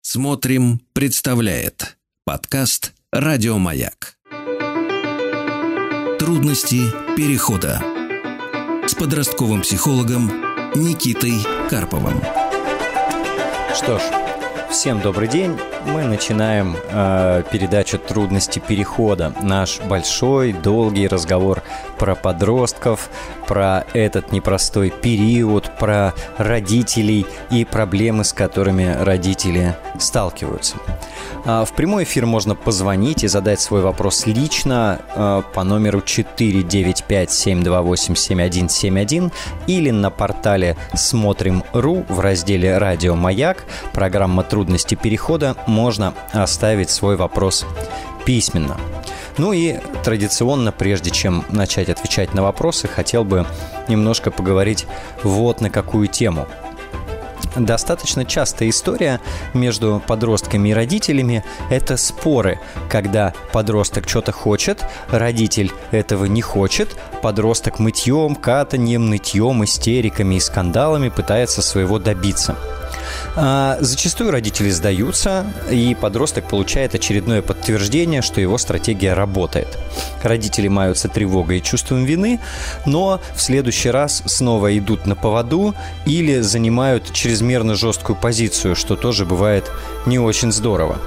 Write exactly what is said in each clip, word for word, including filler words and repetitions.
Смотрим, представляет подкаст «Радио Маяк». Трудности перехода с подростковым психологом Никитой Карповым. Что ж, всем добрый день. Мы начинаем э, передачу «Трудности перехода». Наш большой, долгий разговор про подростков, про этот непростой период, про родителей и проблемы, с которыми родители сталкиваются. Э, в прямой эфир можно позвонить и задать свой вопрос лично э, по номеру четыре девять пять семь два восемь семь один семь один или на портале смотрим точка ру в разделе «Радио Маяк». Программа «Трудности перехода». Можно оставить свой вопрос письменно. Ну и традиционно, прежде чем начать отвечать на вопросы, хотел бы немножко поговорить вот на какую тему. Достаточно частая история между подростками и родителями – это споры, когда подросток что-то хочет, родитель этого не хочет, подросток мытьем, катаньем, нытьем, истериками и скандалами пытается своего добиться. А зачастую родители сдаются, и подросток получает очередное подтверждение, что его стратегия работает. Родители маются тревогой и чувством вины, но в следующий раз снова идут на поводу или занимают чрезмерно жесткую позицию, что тоже бывает не очень здорово.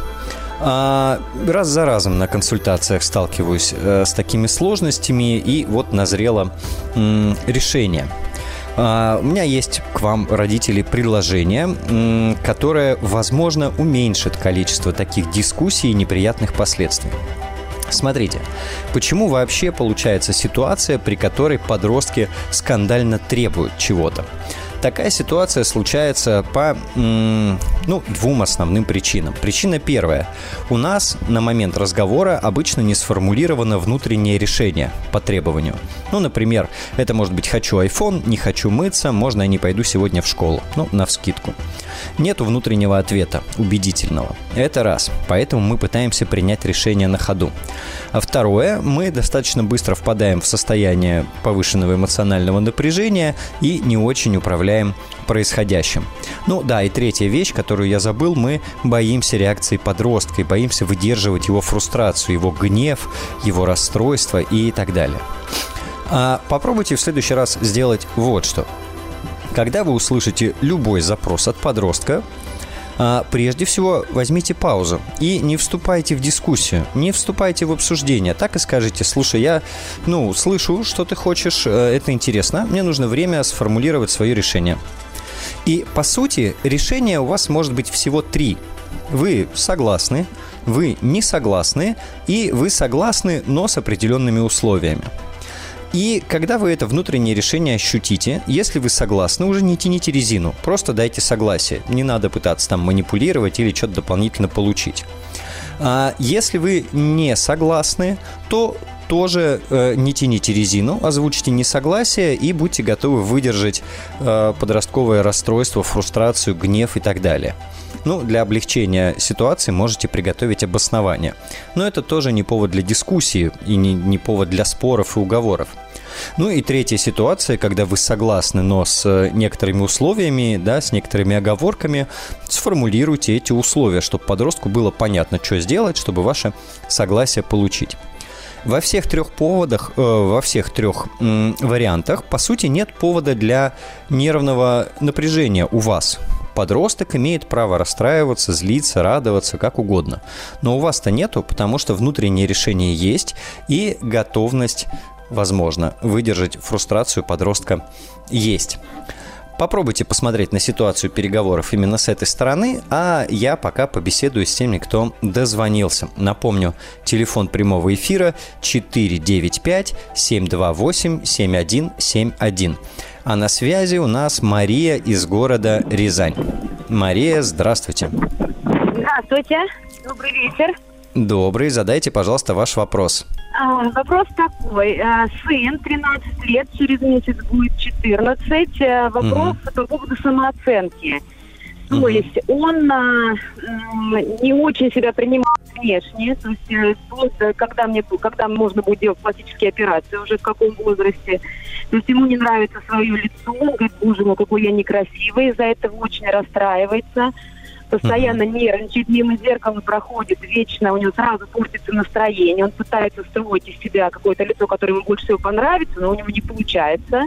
А раз за разом на консультациях сталкиваюсь э, с такими сложностями, и вот назрело м- решение. У меня есть к вам, родители, предложение, которое, возможно, уменьшит количество таких дискуссий и неприятных последствий. Смотрите, почему вообще получается ситуация, при которой подростки скандально требуют чего-то? Такая ситуация случается по ну, двум основным причинам. Причина первая. У нас на момент разговора обычно не сформулировано внутреннее решение по требованию. Ну, например, это может быть «хочу айфон», «не хочу мыться», «можно я не пойду сегодня в школу». Ну, навскидку. Нету внутреннего ответа, убедительного. Это раз. Поэтому мы пытаемся принять решение на ходу. А второе. Мы достаточно быстро впадаем в состояние повышенного эмоционального напряжения и не очень управляем происходящим. Ну да, и третья вещь, которую я забыл, мы боимся реакции подростка и боимся выдерживать его фрустрацию, его гнев, его расстройство и так далее. А попробуйте в следующий раз сделать вот что. Когда вы услышите любой запрос от подростка, прежде всего возьмите паузу и не вступайте в дискуссию, не вступайте в обсуждение. Так и скажите: слушай, я ну, слышу, что ты хочешь, это интересно, мне нужно время сформулировать свое решение. И, по сути, решение у вас может быть всего три. Вы согласны, вы не согласны, и вы согласны, но с определенными условиями. И когда вы это внутреннее решение ощутите, если вы согласны, уже не тяните резину, просто дайте согласие. Не надо пытаться там манипулировать или что-то дополнительно получить. А если вы не согласны, то тоже э, не тяните резину, озвучьте несогласие и будьте готовы выдержать э, подростковое расстройство, фрустрацию, гнев и так далее. Ну, для облегчения ситуации можете приготовить обоснование. Но это тоже не повод для дискуссии и не, не повод для споров и уговоров. Ну и третья ситуация, когда вы согласны, но с некоторыми условиями, да, с некоторыми оговорками, сформулируйте эти условия, чтобы подростку было понятно, что сделать, чтобы ваше согласие получить. Во всех трех поводах, э, во всех трех м, вариантах, по сути, нет повода для нервного напряжения у вас. Подросток имеет право расстраиваться, злиться, радоваться, как угодно. Но у вас-то нету, потому что внутреннее решение есть, и готовность, возможно, выдержать фрустрацию подростка есть. Попробуйте посмотреть на ситуацию переговоров именно с этой стороны, а я пока побеседую с теми, кто дозвонился. Напомню, телефон прямого эфира четыре девять пять семь два восемь семь один семь один. А на связи у нас Мария из города Рязань. Мария, здравствуйте. Здравствуйте. Добрый вечер. Добрый. Задайте, пожалуйста, ваш вопрос. А, вопрос такой. А, сын, тринадцать лет, через месяц будет четырнадцать. А, вопрос угу. по поводу самооценки. То угу. есть он а, не очень себя принимает внешне. То есть просто, когда, мне, когда можно будет делать пластические операции, уже в каком возрасте. То есть ему не нравится свое лицо. Он говорит: боже мой, какой я некрасивый. Из-за этого очень расстраивается. постоянно uh-huh. нервничает, мимо зеркала проходит, вечно у него сразу портится настроение, он пытается строить из себя какое-то лицо, которое ему больше всего понравится, но у него не получается.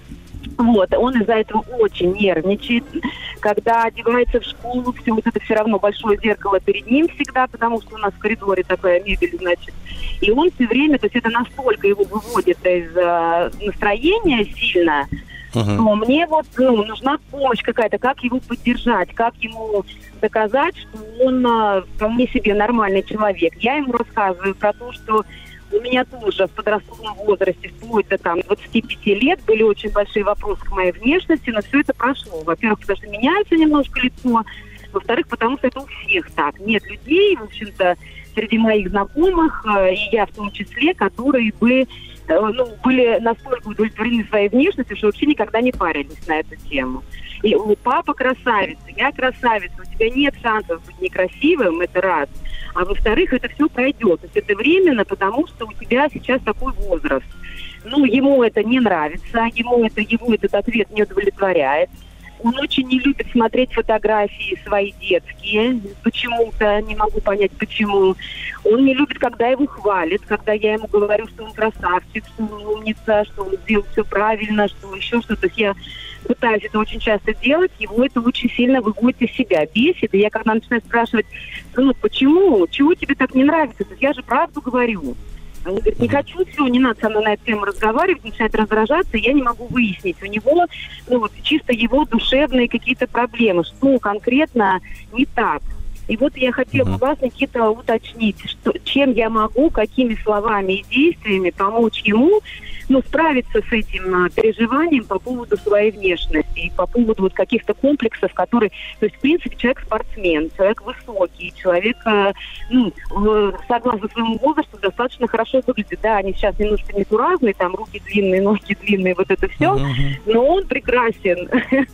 Вот, он из-за этого очень нервничает. Когда одевается в школу, все вот это все равно большое зеркало перед ним всегда, потому что у нас в коридоре такая мебель, значит. И он все время, то есть это настолько его выводит из э, настроения сильно, uh-huh. что мне вот ну, нужна помощь какая-то, как его поддержать, как ему доказать, что он э, вполне себе нормальный человек. Я ему рассказываю про то, что у меня тоже в подростковом возрасте, вплоть до там, двадцати пяти лет, были очень большие вопросы к моей внешности, но все это прошло. Во-первых, потому что меняется немножко лицо, во-вторых, потому что это у всех так. Нет людей, в общем-то, среди моих знакомых, и я в том числе, которые бы ну, были настолько удовлетворены своей внешностью, что вообще никогда не парились на эту тему. И у папа красавица, я красавица, у тебя нет шансов быть некрасивым, это раз. А во-вторых, это все пройдет. То есть это временно, потому что у тебя сейчас такой возраст. Ну, ему это не нравится, ему это, его этот ответ не удовлетворяет. Он очень не любит смотреть фотографии свои детские. Почему-то, не могу понять, почему. Он не любит, когда его хвалят, когда я ему говорю, что он красавчик, что он умница, что он сделал все правильно, что еще что-то. То есть я пытаюсь это очень часто делать, его это очень сильно выводит из себя, бесит. И я когда начинаю спрашивать, ну, почему, чего тебе так не нравится? То есть я же правду говорю. Он говорит, не хочу, все, не надо со мной на эту тему разговаривать, начинает раздражаться, я не могу выяснить. У него, ну, вот, чисто его душевные какие-то проблемы, что конкретно не так. И вот я хотела бы вас, Никита, уточнить, что, чем я могу, какими словами и действиями помочь ему, ну, справиться с этим переживанием по поводу своей внешности и по поводу вот каких-то комплексов, которые... То есть, в принципе, человек спортсмен, человек высокий, человек, ну, согласно своему возрасту, достаточно хорошо выглядит. Да, они сейчас немножко нетуразные, там руки длинные, ноги длинные, вот это все, но он прекрасен.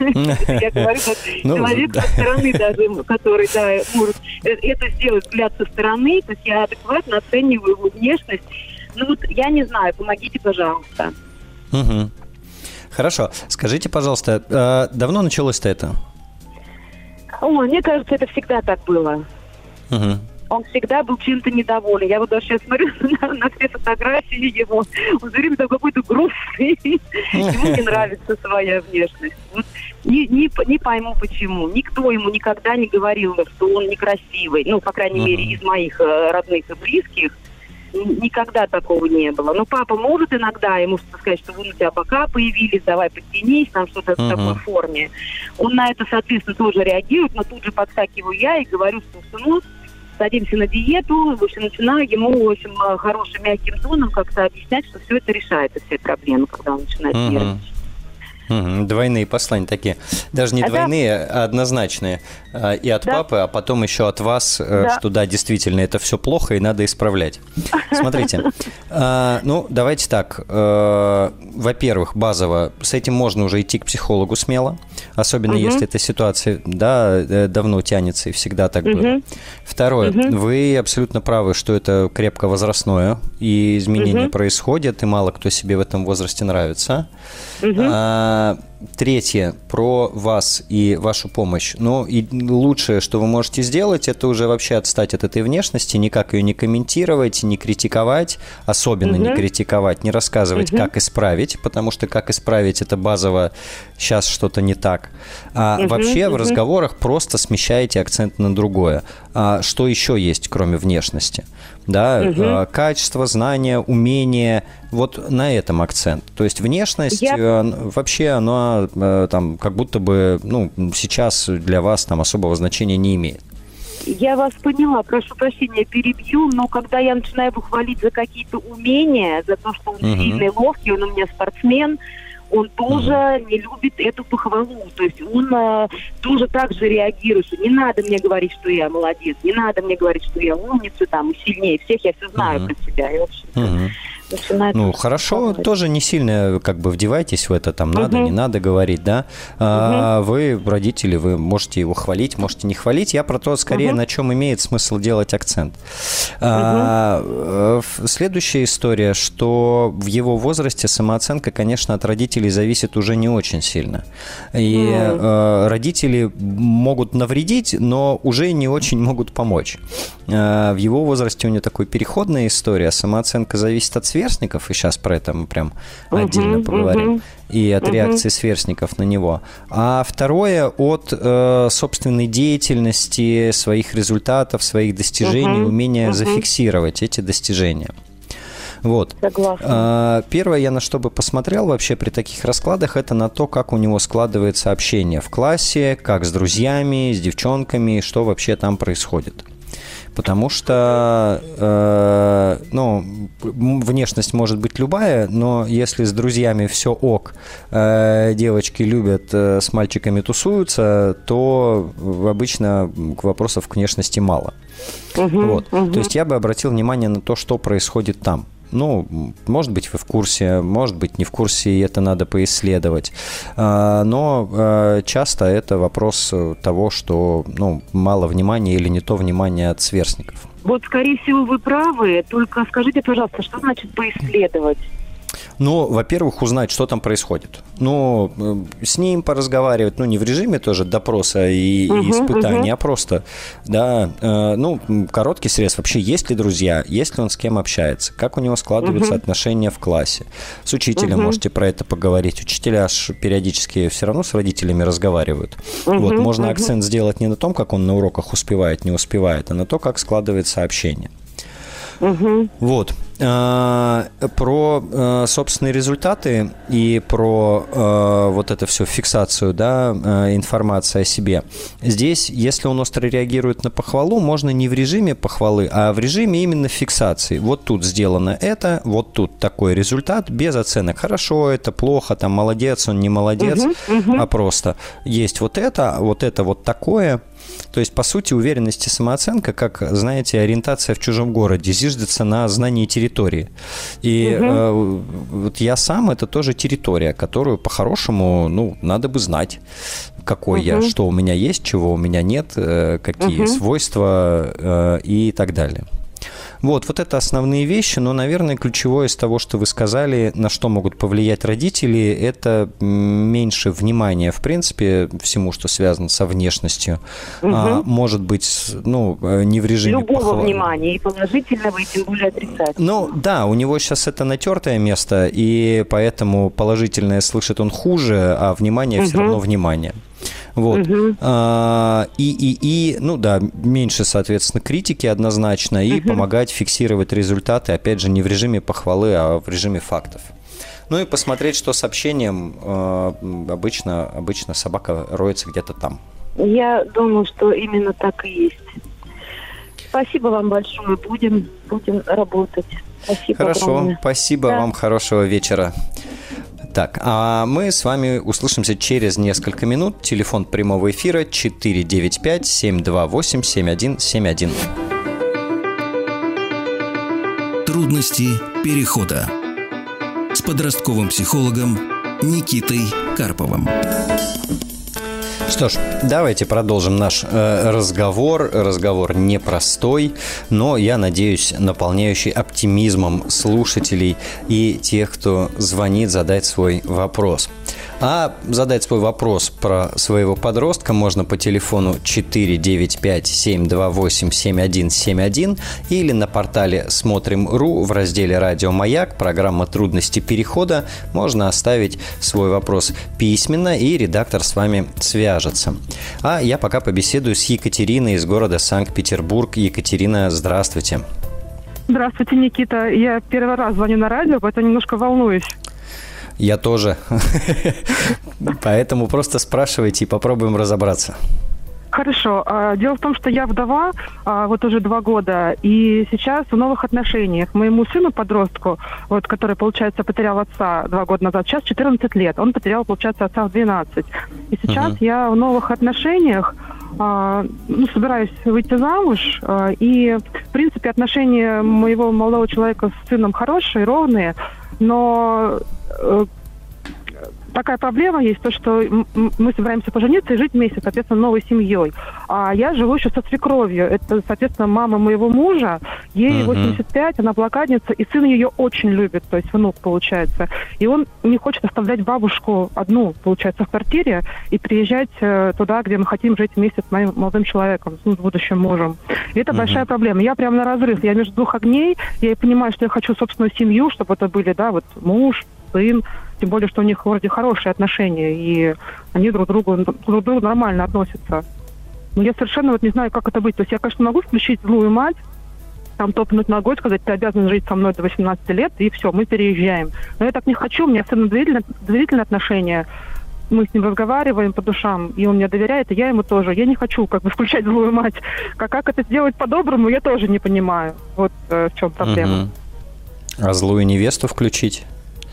Я говорю, как человек со стороны даже, который, да, может это сделать, взгляд со стороны, то есть я адекватно оцениваю его внешность. Ну вот, я не знаю, помогите, пожалуйста. Угу. Хорошо. Скажите, пожалуйста, давно началось-то это? О, мне кажется, это всегда так было. Угу. Он всегда был чем-то недоволен. Я вот даже сейчас смотрю на, на все фотографии его. Он все время такой какой-то грустный. Ему не нравится своя внешность. Вот не, не, не пойму, почему. Никто ему никогда не говорил, что он некрасивый. Ну, по крайней мере, из моих родных и близких. Никогда такого не было. Но папа может иногда ему сказать, что вон у тебя бока появились, давай подтянись, там что-то uh-huh. в такой форме. Он на это, соответственно, тоже реагирует, но тут же подскакиваю я и говорю, что ну, садимся на диету, в общем, начинаю ему, в общем, хорошим мягким тоном как-то объяснять, что все это решает, все проблемы, когда он начинает uh-huh. нервничать. Угу, двойные послания такие. Даже не а двойные, да. а однозначные. И от да. папы, а потом еще от вас, да. что да, действительно, это все плохо и надо исправлять. Смотрите, ну, давайте так. Во-первых, базово, с этим можно уже идти к психологу смело, особенно угу. если эта ситуация да, давно тянется и всегда так угу. было. Второе, угу. вы абсолютно правы, что это крепко возрастное, и изменения угу. происходят, и мало кто себе в этом возрасте нравится. Угу. А, третье, про вас и вашу помощь. Ну, и лучшее, что вы можете сделать, это уже вообще отстать от этой внешности, никак ее не комментировать, не критиковать, особенно угу. не критиковать, не рассказывать, угу. как исправить, потому что как исправить, это базово сейчас что-то не так. А угу, вообще угу. в разговорах просто смещаете акцент на другое. А что еще есть, кроме внешности? Да, угу. качество, знания, умения, вот на этом акцент. То есть внешность Я... вообще она там как будто бы ну, сейчас для вас там особого значения не имеет. Я вас поняла, прошу прощения, перебью, но когда я начинаю его хвалить за какие-то умения, за то, что он угу. сильный, ловкий, он у меня спортсмен, он тоже mm-hmm. не любит эту похвалу. То есть он а, тоже так же реагирует, что не надо мне говорить, что я молодец, не надо мне говорить, что я умница, там, и сильнее всех, я все знаю mm-hmm. про себя. И, в общем-то, mm-hmm. начинает... Ну, хорошо, говорить. Тоже не сильно как бы вдевайтесь в это, там, надо, угу. не надо говорить, да. А, угу. Вы, родители, вы можете его хвалить, можете не хвалить. Я про то, скорее, угу. на чем имеет смысл делать акцент. Угу. А, следующая история, что в его возрасте самооценка, конечно, от родителей зависит уже не очень сильно. И угу. а, родители могут навредить, но уже не очень могут помочь. А, в его возрасте у него такой переходная история. Самооценка зависит от сверстников, и сейчас про это мы прям uh-huh, отдельно поговорим, uh-huh, и от uh-huh. реакции сверстников на него. А второе от э, собственной деятельности, своих результатов, своих достижений, uh-huh, умения uh-huh. зафиксировать эти достижения. Вот. Согласна. Первое, я на что бы посмотрел вообще при таких раскладах, это на то, как у него складывается общение в классе, как с друзьями, с девчонками, что вообще там происходит. Потому что, э, ну, внешность может быть любая, но если с друзьями все ок, э, девочки любят, э, с мальчиками тусуются, то обычно вопросов к внешности мало. Угу, вот. угу. То есть я бы обратил внимание на то, что происходит там. Ну, может быть, вы в курсе, может быть, не в курсе, и это надо поисследовать. Но часто это вопрос того, что, ну, мало внимания или не то внимание от сверстников. Вот, скорее всего, вы правы, только скажите, пожалуйста, что значит поисследовать? Ну, во-первых, узнать, что там происходит. Ну, с ним поразговаривать, ну, не в режиме тоже допроса и, uh-huh, и испытания, uh-huh. а просто, да, э, ну, короткий срез. Вообще, есть ли друзья, есть ли он с кем общается, как у него складываются uh-huh. отношения в классе. С учителем uh-huh. можете про это поговорить. Учителя аж периодически все равно с родителями разговаривают. Uh-huh, вот, можно uh-huh. акцент сделать не на том, как он на уроках успевает, не успевает, а на то, как складывается общение. Угу. Вот. Про собственные результаты и про вот эту всю фиксацию, да, информации о себе. Здесь, если он остро реагирует на похвалу, можно не в режиме похвалы, а в режиме именно фиксации. Вот тут сделано это, вот тут такой результат, без оценок. Хорошо, это плохо, там молодец, он не молодец, угу, угу. а просто есть вот это, вот это вот такое. То есть, по сути, уверенность и самооценка, как, знаете, ориентация в чужом городе, зиждется на знании территории. И угу. э, вот я сам – это тоже территория, которую по-хорошему, ну, надо бы знать, какой угу. я, что у меня есть, чего у меня нет, э, какие угу. свойства э, и так далее. Вот, вот это основные вещи, но, наверное, ключевое из того, что вы сказали, на что могут повлиять родители, это меньше внимания, в принципе, всему, что связано со внешностью. Угу. А, может быть, ну, не в режиме любого похвалы. Внимания, и положительного, и тем более отрицательного. Ну, да, у него сейчас это натертое место, и поэтому положительное слышит он хуже, а внимание угу. все равно внимание. Вот. Угу. А, и, и, и, ну да, меньше, соответственно, критики однозначно, и угу. помогать фиксировать результаты, опять же, не в режиме похвалы, а в режиме фактов. Ну и посмотреть, что с общением э, обычно, обычно собака роется где-то там. Я думаю, что именно так и есть. Спасибо вам большое, будем, будем работать. Спасибо. Хорошо, огромное. Спасибо да. вам, хорошего вечера. Так, а мы с вами услышимся через несколько минут. Телефон прямого эфира четыре девять пять семь два восемь семь один семь один. Трудности перехода с подростковым психологом Никитой Карповым. Что ж, давайте продолжим наш э, разговор. Разговор непростой, но, я надеюсь, наполняющий оптимизмом слушателей и тех, кто звонит задать свой вопрос. А задать свой вопрос про своего подростка можно по телефону четыре девять пять семь два восемь семь один семь один или на портале смотрим точка ру в разделе «Радио Маяк», программа «Трудности перехода». Можно оставить свой вопрос письменно, и редактор с вами свяжется. А я пока побеседую с Екатериной из города Санкт-Петербург. Екатерина, здравствуйте. Здравствуйте, Никита. Я первый раз звоню на радио, поэтому немножко волнуюсь. Я тоже. Поэтому просто спрашивайте и попробуем разобраться. Хорошо. Дело в том, что я вдова вот уже два года, и сейчас в новых отношениях. Моему сыну-подростку, вот, который, получается, потерял отца два года назад, сейчас четырнадцать лет. Он потерял, получается, отца в двенадцать. И сейчас uh-huh. я в новых отношениях, ну, собираюсь выйти замуж, и, в принципе, отношения моего молодого человека с сыном хорошие, ровные, но такая проблема есть, то, что мы собираемся пожениться и жить вместе, соответственно, новой семьей. А я живу еще со свекровью. Это, соответственно, мама моего мужа. Ей восемьдесят пять, она блокадница, и сын ее очень любит, то есть внук, получается. И он не хочет оставлять бабушку одну, получается, в квартире и приезжать туда, где мы хотим жить вместе с моим молодым человеком, с будущим мужем. И это uh-huh. большая проблема. Я прям на разрыв. Я между двух огней. Я понимаю, что я хочу собственную семью, чтобы это были, да, вот муж, сын. Тем более, что у них вроде хорошие отношения, и они друг к другу, друг к другу нормально относятся. Но я совершенно вот не знаю, как это быть. То есть я, конечно, могу включить злую мать, там топнуть ногой, сказать, ты обязан жить со мной до восемнадцати лет, и все, мы переезжаем. Но я так не хочу, у меня с сыном доверительные, доверительные отношения. Мы с ним разговариваем по душам, и он мне доверяет, и я ему тоже. Я не хочу как бы включать злую мать. Как, как это сделать по-доброму, я тоже не понимаю. Вот э, в чем проблема. Угу. А злую невесту включить?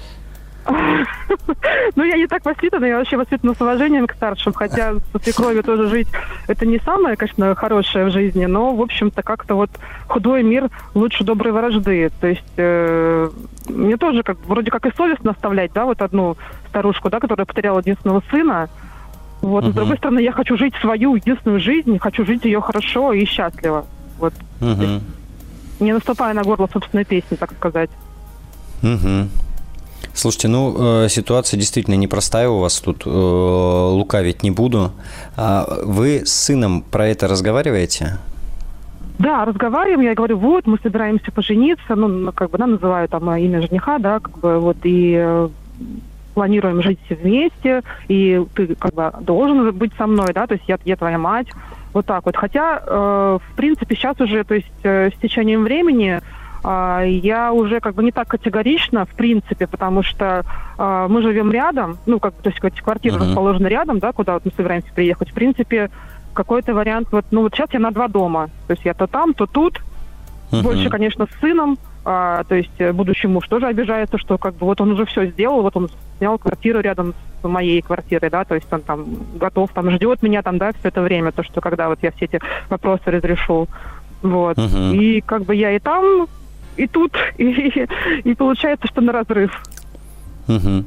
Ну, я не так воспитана, я вообще воспитана с уважением к старшим, хотя со свекровью тоже жить это не самое, конечно, хорошее в жизни, но, в общем-то, как-то вот худой мир лучше доброй вражды. То есть э, мне тоже как вроде как и совестно оставлять, да, вот одну старушку, да, которая потеряла единственного сына. Вот, uh-huh. с другой стороны, я хочу жить свою единственную жизнь, хочу жить ее хорошо и счастливо. Вот. Uh-huh. Не наступая на горло собственной песни, так сказать. Uh-huh. Слушайте, ну, э, ситуация действительно непростая у вас тут, э, лукавить не буду. А вы с сыном про это разговариваете? Да, разговариваем, я говорю, вот, мы собираемся пожениться, ну, как бы, да, называю там имя жениха, да, как бы, вот, и э, планируем жить вместе, и ты, как бы, должен быть со мной, да, то есть я, я твоя мать, вот так вот. Хотя, э, в принципе, сейчас уже, то есть э, с течением времени я уже как бы не так категорична, в принципе, потому что э, мы живем рядом, ну, как бы, то есть эти квартиры uh-huh. расположены рядом, да, куда вот мы собираемся приехать. В принципе, какой-то вариант, вот, ну, вот сейчас я на два дома. То есть я то там, то тут. Uh-huh. Больше, конечно, с сыном, э, то есть будущий муж тоже обижается, что как бы вот он уже все сделал, вот он снял квартиру рядом с моей квартирой, да, то есть он там готов, там ждет меня там, да, все это время, то, что когда вот я все эти вопросы разрешу. Вот. Uh-huh. И как бы я и там... И тут, и, и получается, что на разрыв. Угу.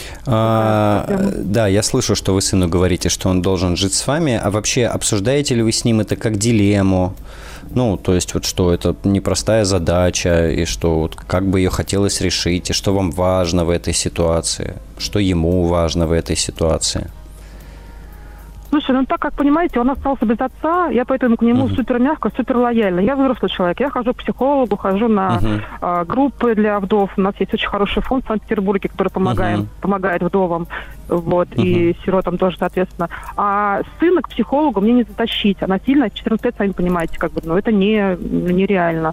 А, да, я слышу, что вы сыну говорите, что он должен жить с вами. А вообще, обсуждаете ли вы с ним это как дилемму? Ну, то есть, вот что это непростая задача, и что вот как бы ее хотелось решить, и что вам важно в этой ситуации, что ему важно в этой ситуации? Слушай, ну так как, понимаете, он остался без отца, я поэтому к нему uh-huh. супер мягко, супер лояльна. Я взрослый человек, я хожу к психологу, хожу на uh-huh. э, группы для вдов. У нас есть очень хороший фонд в Санкт-Петербурге, который помогает, uh-huh. помогает вдовам, вот, uh-huh. и сиротам тоже, соответственно. А сына к психологу мне не затащить. А насильно, четырнадцать лет, сами понимаете, как бы, ну, это не, нереально.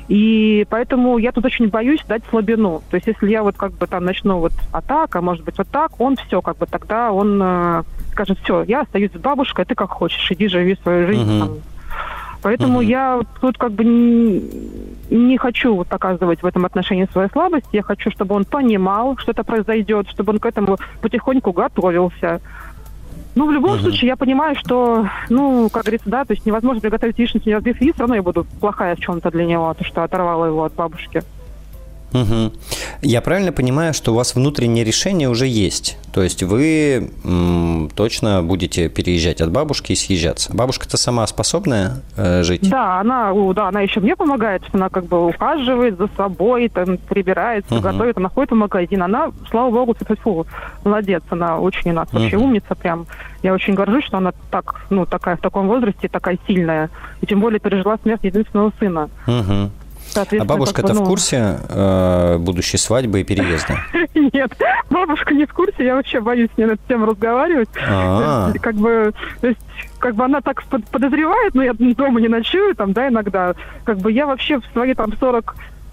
И поэтому я тут очень боюсь дать слабину. То есть если я вот как бы там начну вот а так, а может быть вот так, он все, как бы тогда он э, скажет, все, я остаюсь с бабушкой, ты как хочешь, иди живи свою жизнь. Uh-huh. Там. Поэтому uh-huh. я тут как бы не, не хочу вот показывать в этом отношении свою слабость. Я хочу, чтобы он понимал, что это произойдет, чтобы он к этому потихоньку готовился. Ну, в любом uh-huh. случае, я понимаю, что, ну, как говорится, да, то есть невозможно приготовить яичницу, не разбив яиц, все равно я буду плохая в чем-то для него, то, что оторвала его от бабушки. Угу. Я правильно понимаю, что у вас внутреннее решение уже есть? То есть вы м, точно будете переезжать от бабушки и съезжаться? Бабушка-то сама способная э, жить? Да, она, да, она еще мне помогает, она как бы ухаживает за собой, там, прибирается, угу. готовит, она ходит в магазин. Она, слава богу, фу, молодец, она очень у нас угу. вообще умница прям. Я очень горжусь, что она так, ну, такая в таком возрасте, такая сильная. И тем более пережила смерть единственного сына. Угу. А бабушка-то ну... в курсе э, будущей свадьбы и переезда? Нет, бабушка не в курсе, я вообще боюсь с ней на эту тему разговаривать. А-а-а. Как бы, то есть, как бы она так подозревает, но я дома не ночую, там, да, иногда. Как бы я вообще в свои там сорок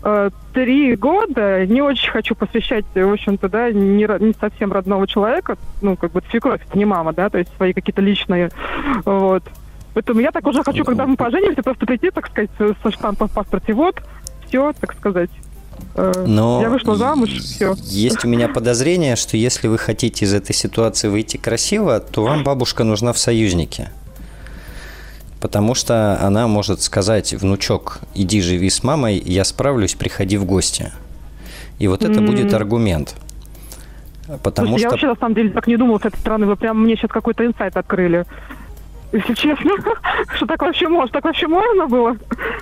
три года не очень хочу посвящать, в общем-то, да, не, не совсем родного человека, ну, как бы свекровь, это не мама, да, то есть свои какие-то личные, вот. Поэтому я так уже хочу, когда мы поженимся, просто прийти, так сказать, со штампом в паспорте. Вот, все, так сказать. Но я вышла замуж, все. Есть у меня подозрение, что если вы хотите из этой ситуации выйти красиво, то вам бабушка нужна в союзнике. потому что она может сказать: внучок, иди живи с мамой, я справлюсь, приходи в гости. И вот это mm-hmm. будет аргумент. Потому Слушайте, что... Я вообще, на самом деле, так не думала с этой стороны. Вы прям мне сейчас какой-то инсайт открыли. Если честно. Что так вообще можно? Так вообще можно было?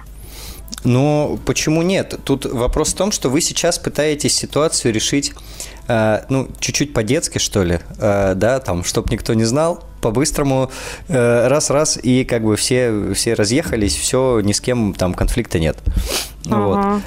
Ну, почему нет? Тут вопрос в том, что вы сейчас пытаетесь ситуацию решить, э, ну, чуть-чуть по-детски, что ли, э, да, там, чтоб никто не знал, по-быстрому, э, раз-раз, и как бы все, все разъехались, все, ни с кем там конфликта нет. Uh-huh. Вот.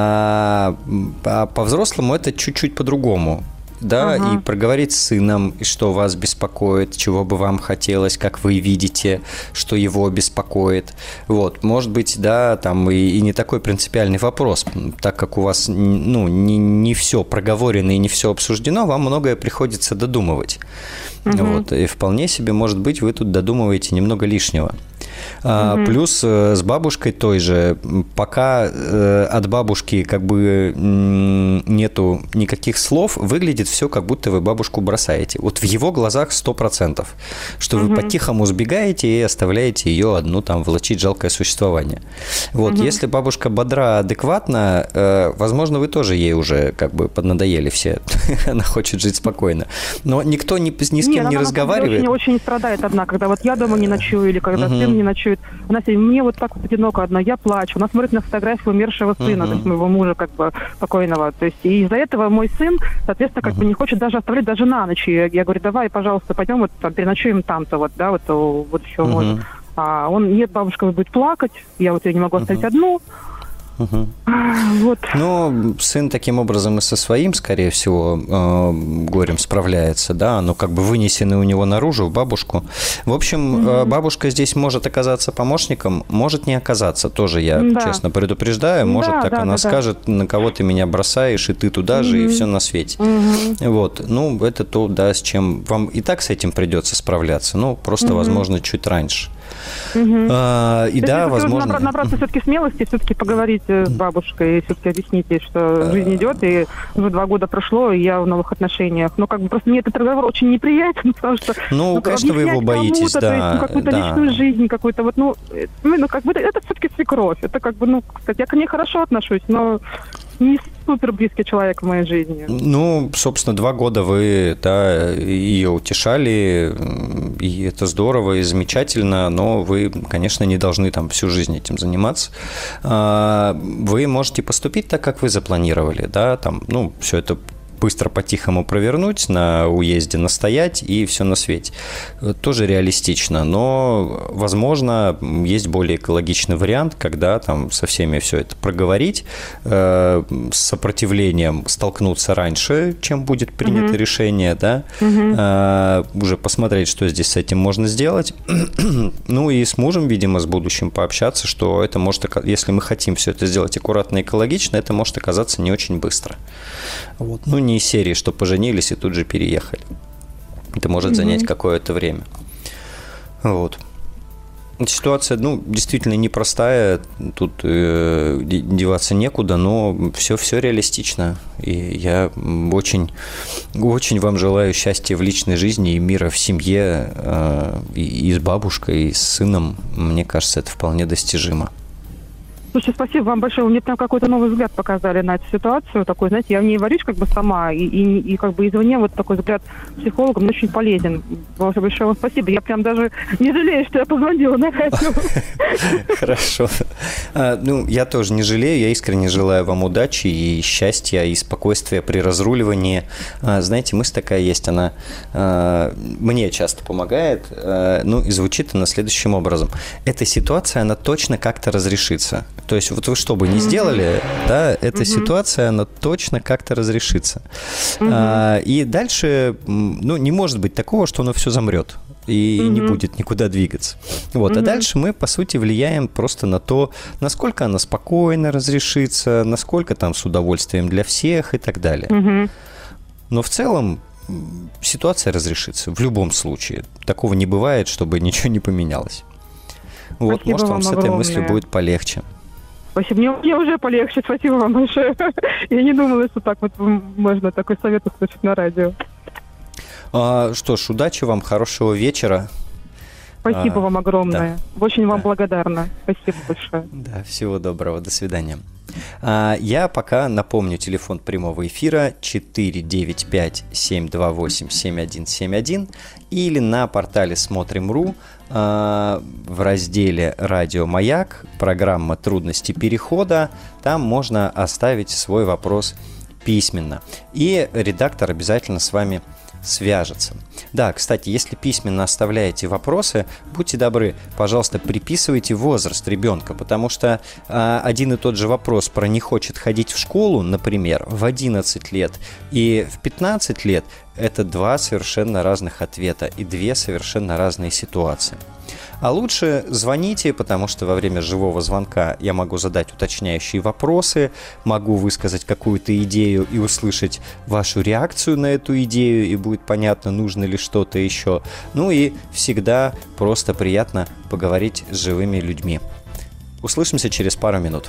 А, а по-взрослому это чуть-чуть по-другому. Да, ага. И проговорить с сыном, что вас беспокоит, чего бы вам хотелось, как вы видите, что его беспокоит. Вот, может быть, да, там и, и не такой принципиальный вопрос, так как у вас, ну, не, не все проговорено и не все обсуждено, вам многое приходится додумывать. Угу. Вот, и вполне себе, может быть, вы тут додумываете немного лишнего. А, угу. Плюс э, с бабушкой той же, пока э, от бабушки как бы м, нету никаких слов, выглядит все, как будто вы бабушку бросаете. Вот в его глазах сто процентов, что угу. вы по-тихому сбегаете и оставляете ее одну там влачить жалкое существование. Вот, угу. Если бабушка бодра, адекватна, э, возможно, вы тоже ей уже как бы поднадоели все. Она хочет жить спокойно. Но никто ни, ни с кем Нет, не она разговаривает. Очень, очень страдает одна, когда вот я дома не ночую или когда угу. сын не ночует. Она говорит: мне вот так вот одиноко одна, я плачу. Она смотрит на фотографию умершего сына, uh-huh. то есть моего мужа как бы покойного. То есть и из-за этого мой сын, соответственно, как uh-huh. бы не хочет даже оставлять даже на ночь. Я, я говорю: давай, пожалуйста, пойдем вот там, переночуем там-то вот, да, вот, вот еще uh-huh. можно. А он: нет, бабушка будет плакать, я вот ее не могу оставить uh-huh. одну. Угу. Вот. Ну, сын таким образом и со своим, скорее всего, э, горем справляется, да, оно как бы вынесено у него наружу, в бабушку. В общем, mm-hmm. бабушка здесь может оказаться помощником, может не оказаться, тоже я да. честно предупреждаю, может да, так да, она да, скажет, да. на кого ты меня бросаешь, и ты туда mm-hmm. же, и все на свете. Mm-hmm. Вот, ну, это то, да, с чем вам и так с этим придется справляться, ну, просто, mm-hmm. возможно, чуть раньше. Угу. А, и то да, есть, возможно... Набраться, набраться все-таки смелости, все-таки поговорить с бабушкой, и все-таки объяснить ей, что жизнь идет, и уже два года прошло, и я в новых отношениях. Ну, как бы просто мне этот разговор очень неприятен, потому что... Ну, ну конечно, вы его боитесь, да. То есть, ну, какую-то да. личную жизнь, какую-то вот, ну, ну, как бы это все-таки свекровь. Это как бы, ну, кстати, я к ней хорошо отношусь, но... не супер близкий человек в моей жизни. Ну, собственно, два года вы, да, ее утешали, и это здорово и замечательно, но вы, конечно, не должны там всю жизнь этим заниматься. Вы можете поступить так, как вы запланировали, да, там, ну, все это быстро по-тихому провернуть, на уезде настоять и все на свете. Тоже реалистично, но, возможно, есть более экологичный вариант, когда там со всеми все это проговорить, э, с сопротивлением столкнуться раньше, чем будет принято uh-huh. решение, да, uh-huh. э, уже посмотреть, что здесь с этим можно сделать. Ну и с мужем, видимо, с будущим пообщаться, что это может, если мы хотим все это сделать аккуратно и экологично, это может оказаться не очень быстро. Вот. Ну, не из серии, что поженились и тут же переехали. Это может mm-hmm. занять какое-то время. Вот. Ситуация, ну, действительно непростая. Тут э, деваться некуда, но все, все реалистично. И я очень, очень вам желаю счастья в личной жизни и мира в семье. Э, и, и с бабушкой, и с сыном. Мне кажется, это вполне достижимо. Слушайте, спасибо вам большое. Вы мне прям какой-то новый взгляд показали на эту ситуацию. Такой, знаете, я в ней варюсь как бы сама, и, и, и как бы извне вот такой взгляд психолога мне очень полезен. Большое вам спасибо. Я прям даже не жалею, что я позвонила на радио. Хорошо. Ну, я тоже не жалею. Я искренне желаю вам удачи и счастья, и спокойствия при разруливании. Знаете, мысль такая есть, она мне часто помогает. Ну, и звучит она следующим образом. Эта ситуация, она точно как-то разрешится. То есть вот вы что бы ни сделали, да, эта uh-huh. ситуация, она точно как-то разрешится. Uh-huh. А, и дальше, ну, не может быть такого, что оно все замрет и uh-huh. не будет никуда двигаться. Вот. Uh-huh. А дальше мы, по сути, влияем просто на то, насколько она спокойно разрешится, насколько там с удовольствием для всех и так далее. Uh-huh. Но в целом ситуация разрешится в любом случае. Такого не бывает, чтобы ничего не поменялось. Вот, спасибо, может, вам с этой огромное. мыслью будет полегче. Спасибо. Мне, мне уже полегче. Спасибо вам большое. Я не думала, что так вот можно такой совет услышать на радио. А, что ж, удачи вам, хорошего вечера. Спасибо А, вам огромное. да. Очень вам Да. благодарна. Спасибо большое. Да, всего доброго, до свидания. А, я пока напомню телефон прямого эфира четыре девять пять семь два восемь семь один семь один или на портале Смотрим.ру а, в разделе «Радио Маяк» программа «Трудности перехода». Там можно оставить свой вопрос письменно, и редактор обязательно с вами свяжется. Да, кстати, если письменно оставляете вопросы, будьте добры, пожалуйста, приписывайте возраст ребенка, потому что э, один и тот же вопрос про «не хочет ходить в школу», например, в одиннадцать лет и в пятнадцать лет – это два совершенно разных ответа и две совершенно разные ситуации. А лучше звоните, потому что во время живого звонка я могу задать уточняющие вопросы, могу высказать какую-то идею и услышать вашу реакцию на эту идею, и будет понятно, нужно ли что-то еще. Ну и всегда просто приятно поговорить с живыми людьми. Услышимся через пару минут.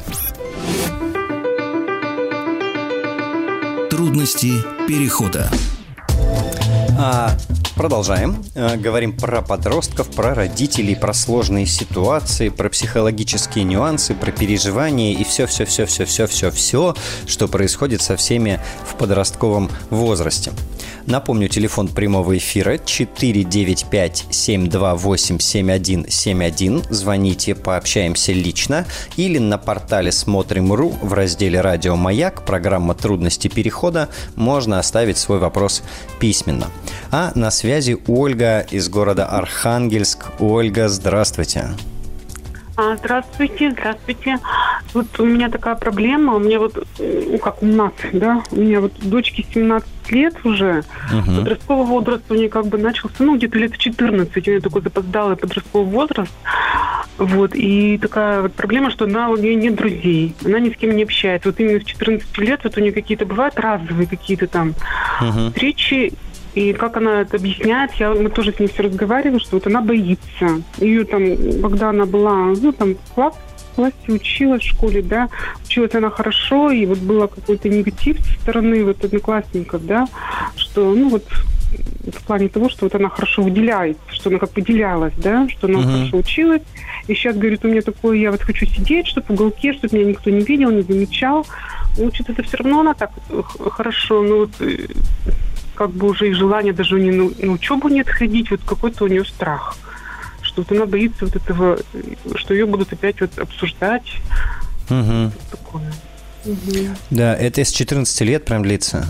Трудности перехода. А, продолжаем. А, говорим про подростков, про родителей, про сложные ситуации, про психологические нюансы, про переживания и все-все-все-все-все-все-все, что происходит со всеми в подростковом возрасте. Напомню, телефон прямого эфира четыре девять пять семь два восемь семь один семь один. Звоните, пообщаемся лично. Или на портале Смотрим.ру в разделе «Радио Маяк» программа «Трудности перехода» можно оставить свой вопрос письменно. А на связи Ольга из города Архангельск. Ольга, здравствуйте. А, Здравствуйте, здравствуйте. Вот у меня такая проблема, у меня вот, ну как у нас, да, у меня вот дочке семнадцать лет уже, uh-huh. подростковый возраст у нее как бы начался, ну где-то лет в четырнадцать, у нее такой запоздалый подростковый возраст, вот, и такая вот проблема, что она, у нее нет друзей, она ни с кем не общается, вот именно с четырнадцати лет вот у нее какие-то бывают разовые какие-то там uh-huh. встречи. И как она это объясняет, я, мы тоже с ней все разговаривали, что вот она боится. Ее там, когда она была, ну, там, в класс, в классе училась в школе, да, училась она хорошо, и вот был какой-то негатив со стороны вот одноклассников, да, что, ну, вот, в плане того, что вот она хорошо выделяется, что она как выделялась, да, что она uh-huh. хорошо училась. И сейчас, говорит, у меня такое, я вот хочу сидеть, чтобы в уголке, чтобы меня никто не видел, не замечал. Ну, что-то это все равно она так хорошо, ну, вот... как бы уже и желание даже не на, на учебу нет ходить, вот какой-то у нее страх, что вот она боится вот этого, что ее будут опять вот обсуждать. Угу. Такое. Угу. Да, это с четырнадцати лет прям длится?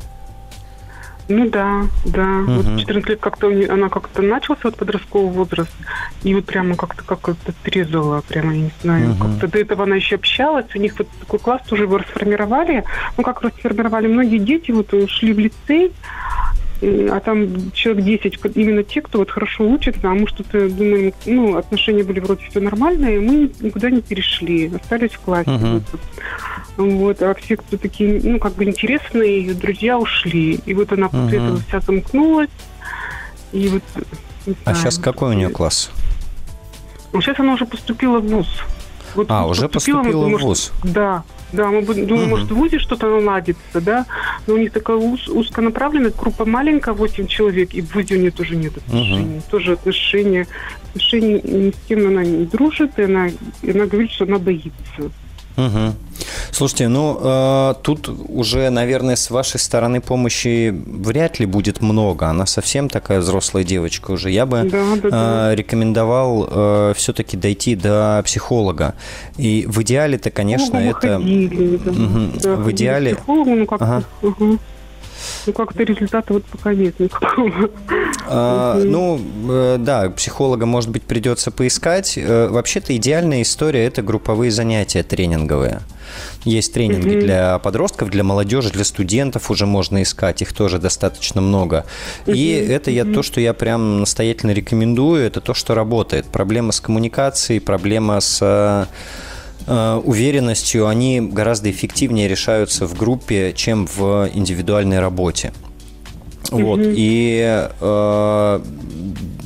Ну да, да. Угу. Вот четырнадцать лет как-то она как-то начался вот подростковый возраст, и вот прямо как-то как-то трезала, прямо, я не знаю, угу. как-то до этого она еще общалась, у них вот такой класс тоже его расформировали, ну как расформировали, многие дети вот ушли в лицей, а там человек десять, именно те, кто вот хорошо учится, а мы что-то думаем, ну, отношения были вроде все нормальные, мы никуда не перешли, остались в классе. Uh-huh. Вот. Вот, а все, кто такие, ну, как бы интересные, ее друзья ушли. И вот она после uh-huh. этого вся замкнулась. И вот, не знаю, а сейчас какой у нее класс? Ну, сейчас она уже поступила в вуз. Вот а, уже поступила, поступила в может, вуз? Да. Да, мы думаем, uh-huh. может, в ВУЗе что-то наладится, да, но у них такая уз, узконаправленная, группа маленькая, восемь человек, и в ВУЗе у нее тоже нет отношений, uh-huh. тоже отношения, отношения ни с кем она не дружит, и она, и она говорит, что она боится. Угу. Слушайте, ну, э, тут уже, наверное, с вашей стороны помощи вряд ли будет много. Она совсем такая взрослая девочка уже. Я бы да, да, да. Э, рекомендовал э, все-таки дойти до психолога. И в идеале-то, конечно, ну, это... Ходили, да. Угу. Да, в идеале... Психологу, ну, как-то... Ага. Угу. Ну, как-то результата вот пока нет никакого. А, ну, да, психолога, может быть, придется поискать. Вообще-то идеальная история – это групповые занятия тренинговые. Есть тренинги uh-huh. для подростков, для молодежи, для студентов уже можно искать, их тоже достаточно много. Uh-huh. И это я, uh-huh. то, что я прям настоятельно рекомендую, это то, что работает. Проблема с коммуникацией, проблема с... уверенностью, они гораздо эффективнее решаются в группе, чем в индивидуальной работе. Mm-hmm. Вот. И э,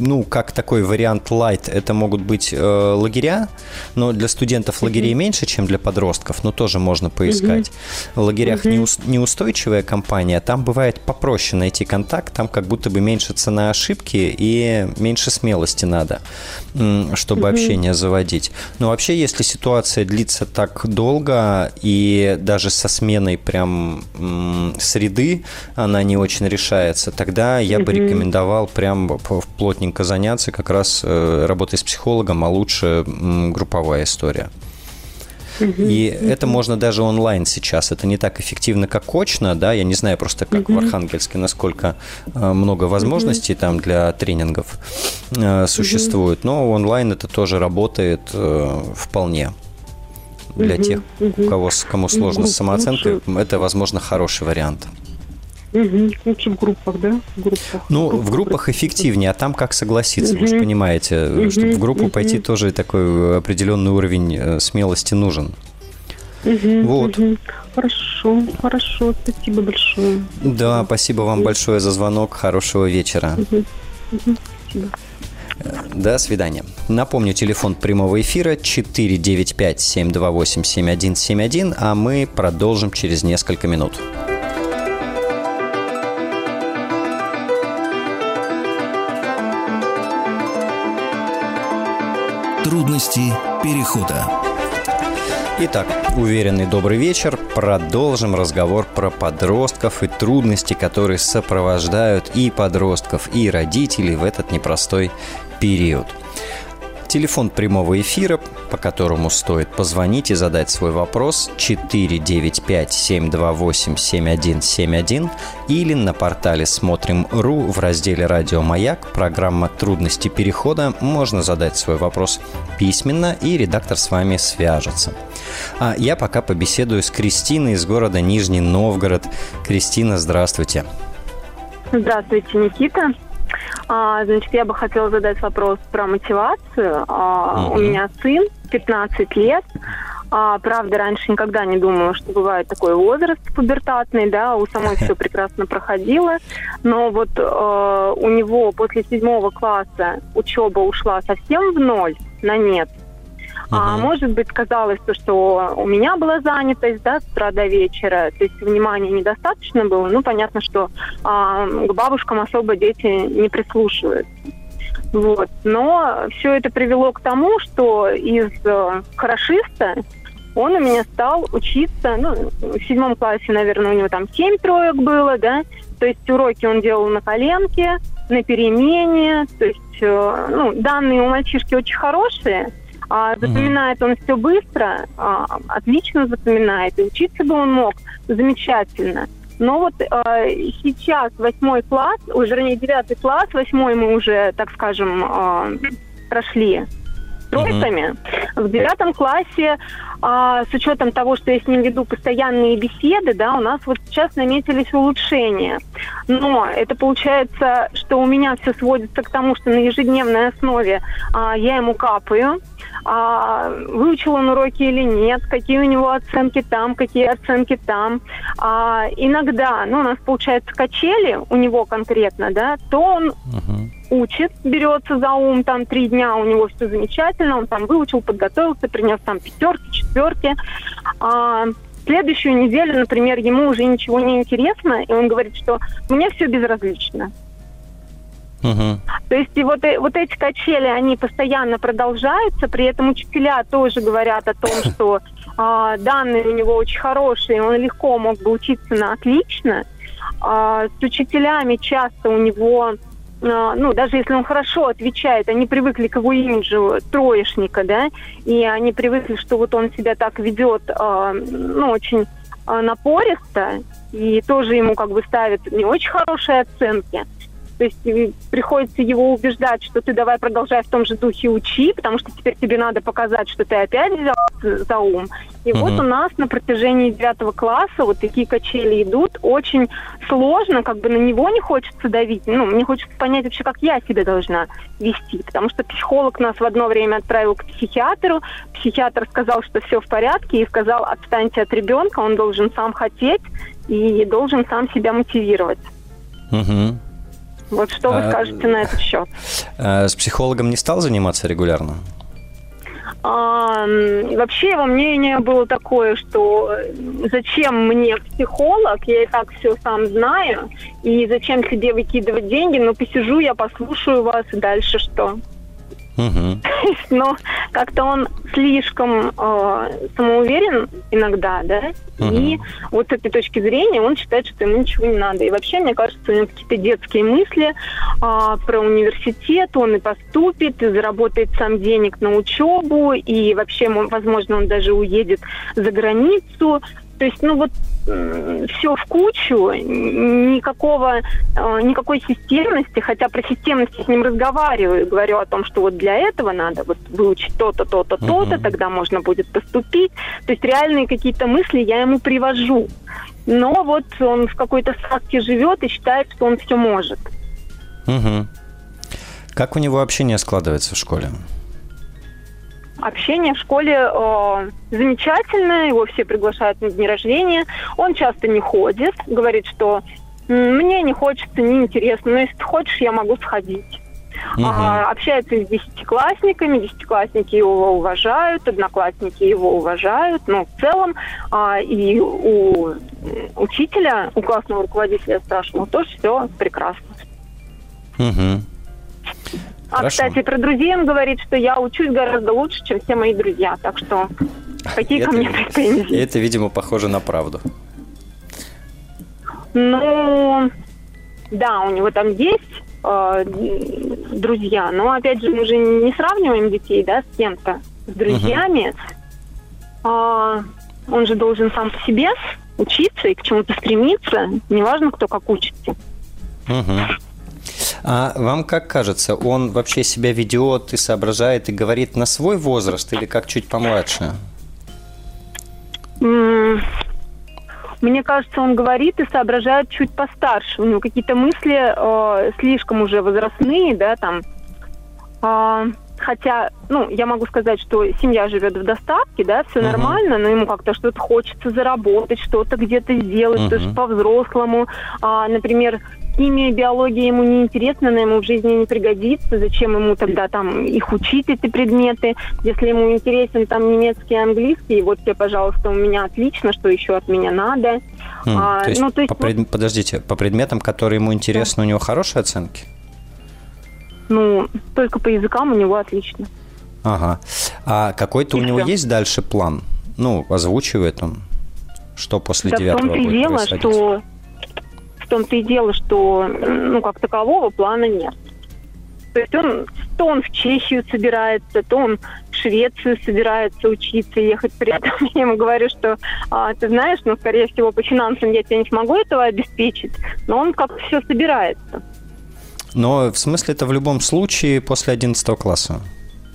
ну, как такой вариант light, это могут быть э, лагеря, но для студентов лагерей mm-hmm. меньше, чем для подростков, но тоже можно поискать. Mm-hmm. В лагерях mm-hmm. неус- неустойчивая компания, там бывает попроще найти контакт, там как будто бы меньше цена ошибки и меньше смелости надо, чтобы mm-hmm. общение заводить. Но вообще, если ситуация длится так долго и даже со сменой прям м- среды она не очень решается, тогда я mm-hmm. бы рекомендовал прям плотненько заняться как раз э, работой с психологом, а лучше м, групповая история. Uh-huh, и uh-huh. это можно даже онлайн сейчас. Это не так эффективно, как очно, да, я не знаю просто, как uh-huh. в Архангельске, насколько э, много возможностей uh-huh. там для тренингов э, существует, uh-huh. но онлайн это тоже работает э, вполне. Для uh-huh. тех, у кого, кому сложно uh-huh. с самооценкой, uh-huh. это, возможно, хороший вариант. Угу. Лучше в группах, да? В группах. Ну, в группах эффективнее, а там как согласиться, угу. вы же понимаете, угу. чтобы в группу угу. пойти, тоже такой определенный уровень смелости нужен. Угу. Вот. Угу. Хорошо, хорошо, спасибо большое. Да, спасибо вам большое за звонок, хорошего вечера. Угу. Угу. Спасибо. До свидания. Напомню, телефон прямого эфира четыре девять пять семь два восемь семь один семь один, а мы продолжим через несколько минут. Трудности перехода. Итак, уверенный добрый вечер. Продолжим разговор про подростков и трудности, которые сопровождают и подростков, и родителей в этот непростой период. Телефон прямого эфира, по которому стоит позвонить и задать свой вопрос, четыре девять пять семь два восемь семь один семь один, или на портале смотрим точка ру в разделе «Радио Маяк», программа «Трудности перехода». Можно задать свой вопрос письменно, и редактор с вами свяжется. А я пока побеседую с Кристиной из города Нижний Новгород. Кристина, здравствуйте. Здравствуйте, Никита. А, значит, я бы хотела задать вопрос про мотивацию. А, uh-huh. У меня сын, пятнадцать лет. А, правда, раньше никогда не думала, что бывает такой возраст пубертатный, да, у самой все прекрасно проходило. Но вот а, у него после седьмого класса учеба ушла совсем в ноль, на нет. Uh-huh. А может быть, казалось, что у меня была занятость, да, с утра до вечера, то есть внимания недостаточно было. Ну, понятно, что а, к бабушкам особо дети не прислушиваются. Вот. Но все это привело к тому, что из э, хорошиста он у меня стал учиться, ну, в седьмом классе, наверное, у него там семь троек было, да, то есть уроки он делал на коленке, на перемене, то есть, э, ну, данные у мальчишки очень хорошие. А, запоминает он все быстро, а, отлично запоминает, и учиться бы он мог замечательно. Но вот а, сейчас восьмой класс, ой, вернее, девятый класс, восьмой мы уже, так скажем, а, прошли тройками. Uh-huh. В девятом классе, а, с учетом того, что я с ним веду постоянные беседы, да, у нас вот сейчас наметились улучшения. Но это получается, что у меня все сводится к тому, что на ежедневной основе а, я ему капаю, а, выучил он уроки или нет, какие у него оценки там, какие оценки там. А, иногда, ну, у нас получается качели, у него конкретно, да, то он uh-huh. учит, берется за ум, там три дня у него все замечательно, он там выучил, подготовился, принес там пятерки, четверки. А, следующую неделю, например, ему уже ничего не интересно, и он говорит, что мне все безразлично. Uh-huh. То есть и вот, и, вот эти качели, они постоянно продолжаются, при этом учителя тоже говорят о том, что а, данные у него очень хорошие, он легко мог бы учиться на отлично. А, с учителями часто у него, а, ну, даже если он хорошо отвечает, они привыкли к его имиджу троечника, да, и они привыкли, что вот он себя так ведет, а, ну, очень а, напористо, и тоже ему как бы ставят не очень хорошие оценки. То есть приходится его убеждать, что ты давай продолжай в том же духе учи, потому что теперь тебе надо показать, что ты опять взял за ум. И uh-huh. вот у нас на протяжении девятого класса вот такие качели идут. Очень сложно, как бы на него не хочется давить. Ну, мне хочется понять вообще, как я себя должна вести. Потому что психолог нас в одно время отправил к психиатру. Психиатр сказал, что все в порядке, и сказал, отстаньте от ребенка, он должен сам хотеть и должен сам себя мотивировать. Uh-huh. Вот что вы скажете на этот счет? С психологом не стал заниматься регулярно? А, вообще его мнение было такое, что зачем мне психолог, я и так все сам знаю, и зачем себе выкидывать деньги, ну посижу я, послушаю вас, и дальше что? Угу. Но как-то он слишком э, самоуверен иногда, да, угу. И вот с этой точки зрения он считает, что ему ничего не надо. И вообще, мне кажется, у него какие-то детские мысли э, про университет, он и поступит, и заработает сам денег на учебу, и вообще, возможно, он даже уедет за границу. То есть, ну вот, все в кучу, никакого, никакой системности, хотя про системность я с ним разговариваю, говорю о том, что вот для этого надо вот выучить то-то, то-то, то-то, тогда можно будет поступить. То есть реальные какие-то мысли я ему привожу. Но вот он в какой-то сказке живет и считает, что он все может. Угу. Как у него общение складывается в школе? Общение в школе э, замечательное, его все приглашают на дни рождения. Он часто не ходит, говорит, что мне не хочется, неинтересно, но если ты хочешь, я могу сходить. Угу. А, общается с десятиклассниками, десятиклассники его уважают, одноклассники его уважают, но в целом а, и у учителя, у классного руководителя старшего тоже все прекрасно. Угу. А, Хорошо. Кстати, про друзей он говорит, что я учусь гораздо лучше, чем все мои друзья. Так что какие это, ко мне претензии? Это, видимо, похоже на правду. Ну, да, у него там есть э, друзья, но, опять же, мы же не сравниваем детей, да, с кем-то, с друзьями. Угу. А, он же должен сам по себе учиться и к чему-то стремиться. Неважно, кто как учится. Угу. А вам как кажется, он вообще себя ведет и соображает и говорит на свой возраст или как чуть помладше? Мне кажется, он говорит и соображает чуть постарше. У него какие-то мысли э, слишком уже возрастные, да, там. Э, хотя, ну, я могу сказать, что семья живет в достатке, да, все uh-huh. нормально, но ему как-то что-то хочется заработать, что-то где-то сделать, uh-huh. то есть по-взрослому. А, например, химия, биология ему не интересна, она ему в жизни не пригодится. Зачем ему тогда там их учить, эти предметы? Если ему интересен там немецкий и английский, вот тебе, пожалуйста, у меня отлично, что еще от меня надо. Mm, а, то есть, ну, то есть по пред... вот... Подождите, по предметам, которые ему интересны, да. У него хорошие оценки? Ну, только по языкам у него отлично. Ага. А какой-то и у него все. Есть дальше план? Ну, озвучивает он, что после да девятого будет дело, происходить? Что... В том-то и дело, что, ну, как такового плана нет. То есть он, то он в Чехию собирается, то он в Швецию собирается учиться, ехать при этом. Я ему говорю, что, а, ты знаешь, ну, скорее всего, по финансам я тебе не смогу этого обеспечить, но он как-то все собирается. Но в смысле это в любом случае после одиннадцатого класса?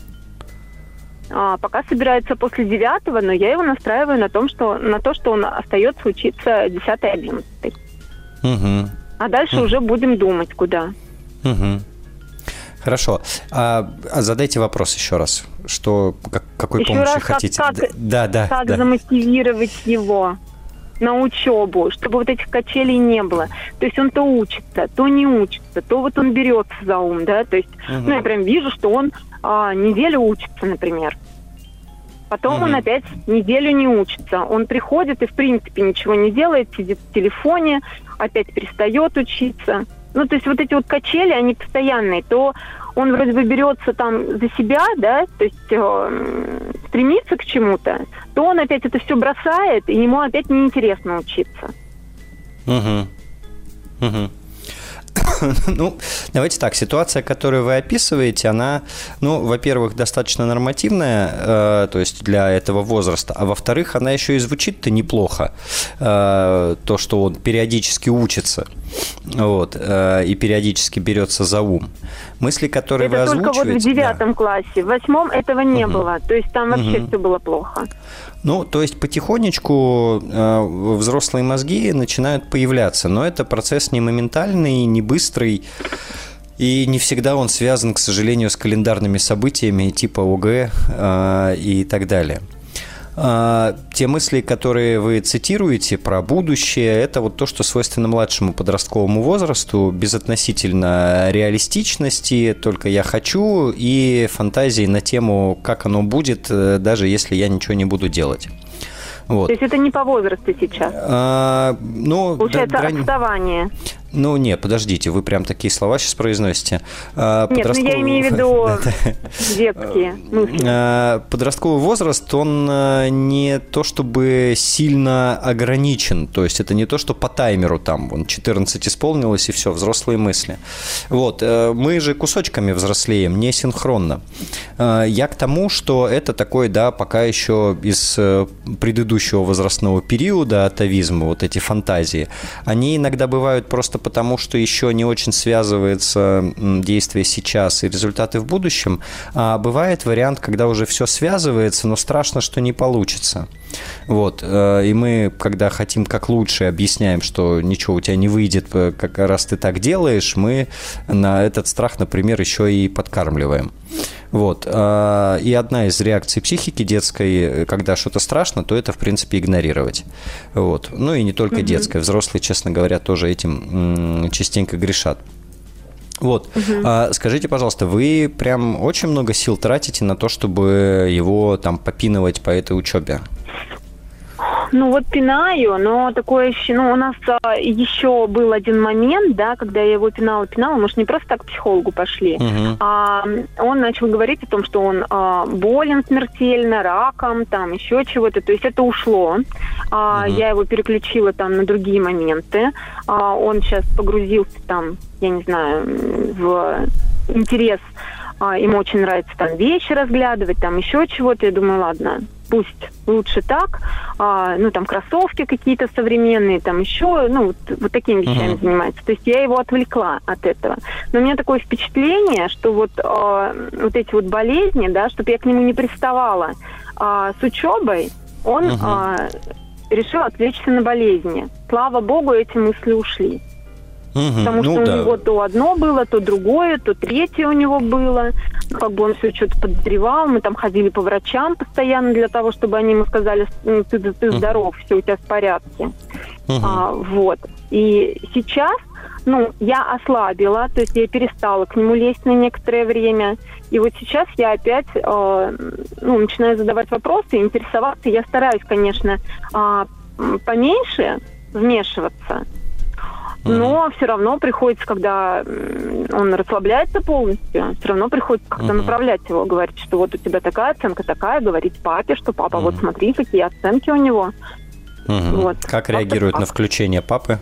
А, пока собирается после девятого, но я его настраиваю на том, что, на то, что он остается учиться десятый одиннадцатый. Угу. А дальше угу. уже будем думать, куда. Угу. Хорошо. А, а задайте вопрос еще раз. Что, как, какой еще помощи раз, хотите? Как, как, да, да, как да. замотивировать его на учебу, чтобы вот этих качелей не было. То есть он то учится, то не учится, то вот он берется за ум, да. То есть, угу. ну, я прям вижу, что он а, неделю учится, например. Потом угу. он опять неделю не учится. Он приходит и, в принципе, ничего не делает, сидит в телефоне, опять перестает учиться. Ну, то есть вот эти вот качели, они постоянные. То он вроде бы берется там за себя, да, то есть э, стремится к чему-то, то он опять это все бросает, и ему опять неинтересно учиться. Угу. Угу. Ну, давайте так, ситуация, которую вы описываете, она, ну, во-первых, достаточно нормативная, э, то есть для этого возраста, а во-вторых, она еще и звучит-то неплохо, э, то, что он периодически учится, вот, э, и периодически берется за ум. Мысли, которые это вы озвучиваете... Это только вот в девятом да. классе, в восьмом этого не угу. было, то есть там вообще угу. все было плохо. Ну, то есть потихонечку э, взрослые мозги начинают появляться, но это процесс не моментальный, не быстрый, и не всегда он связан, к сожалению, с календарными событиями типа ОГЭ э, и так далее. Те мысли, которые вы цитируете про будущее, это вот то, что свойственно младшему подростковому возрасту, безотносительно реалистичности, только я хочу, и фантазии на тему, как оно будет, даже если я ничего не буду делать. Вот. То есть это не по возрасту сейчас? А, ну, Получается, да, отставание. Ну, не, подождите, вы прям такие слова сейчас произносите. Нет, подростков... ну я имею в виду детские мысли. Подростковый возраст, он не то чтобы сильно ограничен, то есть это не то, что по таймеру там, вон, четырнадцать исполнилось и все, взрослые мысли. Вот, мы же кусочками взрослеем, не синхронно. Я к тому, что это такой, да, пока еще из предыдущего возрастного периода атовизма, вот эти фантазии, они иногда бывают просто потому, что еще не очень связывается действие сейчас и результаты в будущем. А бывает вариант, когда уже все связывается, но страшно, что не получится. Вот. И мы, когда хотим как лучше, объясняем, что ничего у тебя не выйдет, как раз ты так делаешь, мы на этот страх, например, еще и подкармливаем. Вот. И одна из реакций психики детской, когда что-то страшно, то это, в принципе, игнорировать. Вот. Ну и не только mm-hmm. детская, взрослые, честно говоря, тоже этим частенько грешат. Вот. Uh-huh. А, скажите, пожалуйста, вы прям очень много сил тратите на то, чтобы его там попинывать по этой учебе? Ну вот пинаю, но такое еще, ну у нас а, еще был один момент, да, когда я его пинала, пинала, мы же не просто так к психологу пошли, uh-huh. а он начал говорить о том, что он а, болен смертельно, раком, там еще чего-то, то есть это ушло, а, uh-huh. я его переключила там на другие моменты, а, он сейчас погрузился там, я не знаю, в интерес, а, ему очень нравится там вещи разглядывать, там еще чего-то, я думаю, ладно, пусть лучше так, а, ну, там, кроссовки какие-то современные, там, еще, ну, вот, вот такими вещами uh-huh. занимается. То есть я его отвлекла от этого. Но у меня такое впечатление, что вот, а, вот эти вот болезни, да, чтобы я к нему не приставала а, с учебой, он uh-huh. а, решил отвлечься на болезни. Слава богу, эти мысли ушли. Угу, Потому ну, что да. у него то одно было, то другое, то третье у него было. Как бы он все что-то подозревал. Мы там ходили по врачам постоянно для того, чтобы они ему сказали, ты, ты здоров, все у тебя в порядке. Угу. А, вот. И сейчас, ну, я ослабила, то есть я перестала к нему лезть на некоторое время. И вот сейчас я опять э, ну, начинаю задавать вопросы, интересоваться. Я стараюсь, конечно, э, поменьше вмешиваться. Но все равно приходится, когда он расслабляется полностью, все равно приходится как-то uh-huh. направлять его, говорить, что вот у тебя такая оценка такая, говорить папе, что папа, uh-huh. вот смотри, какие оценки у него. Uh-huh. Вот. Как реагирует как. на включение папы?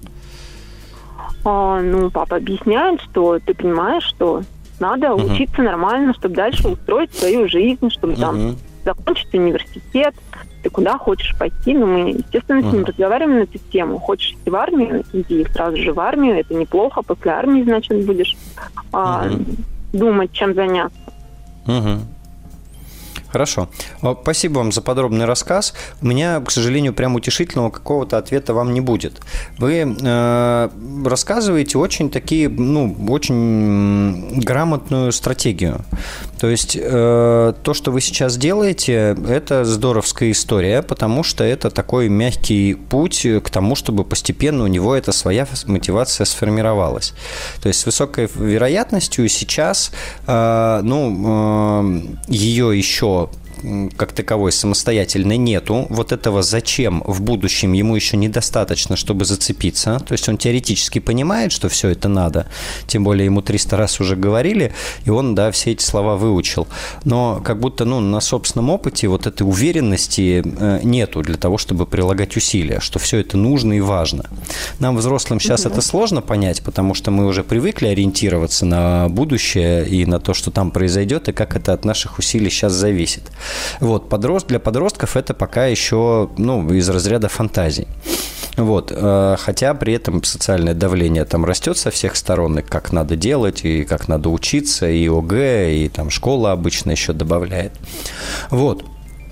А, ну, папа объясняет, что ты понимаешь, что надо uh-huh. учиться нормально, чтобы дальше устроить свою жизнь, чтобы uh-huh. там закончить университет. Ты куда хочешь пойти, но мы, естественно, с ним uh-huh. разговариваем на эту тему. Хочешь идти в армию, иди сразу же в армию, это неплохо, после армии, значит, будешь а, uh-huh. думать, чем заняться. Uh-huh. Хорошо. Спасибо вам за подробный рассказ. У меня, к сожалению, прям утешительного какого-то ответа вам не будет. Вы э, рассказываете очень такие, ну, очень грамотную стратегию. То есть э, то, что вы сейчас делаете, это здоровская история, потому что это такой мягкий путь к тому, чтобы постепенно у него эта своя мотивация сформировалась. То есть с высокой вероятностью сейчас, э, ну, э, ее еще как таковой самостоятельной нету. Вот этого зачем в будущем ему еще недостаточно, чтобы зацепиться. То есть он теоретически понимает, что все это надо. Тем более ему триста раз уже говорили, и он, да, все эти слова выучил. Но как будто, ну, на собственном опыте вот этой уверенности нету для того, чтобы прилагать усилия, что все это нужно и важно. Нам, взрослым, сейчас mm-hmm. это сложно понять, потому что мы уже привыкли ориентироваться на будущее и на то, что там произойдет, и как это от наших усилий сейчас зависит. Вот, подрост, для подростков это пока еще, ну, из разряда фантазий. Вот, хотя при этом социальное давление там растет со всех сторон, и как надо делать, и как надо учиться, и ОГЭ, и там школа обычно еще добавляет. Вот.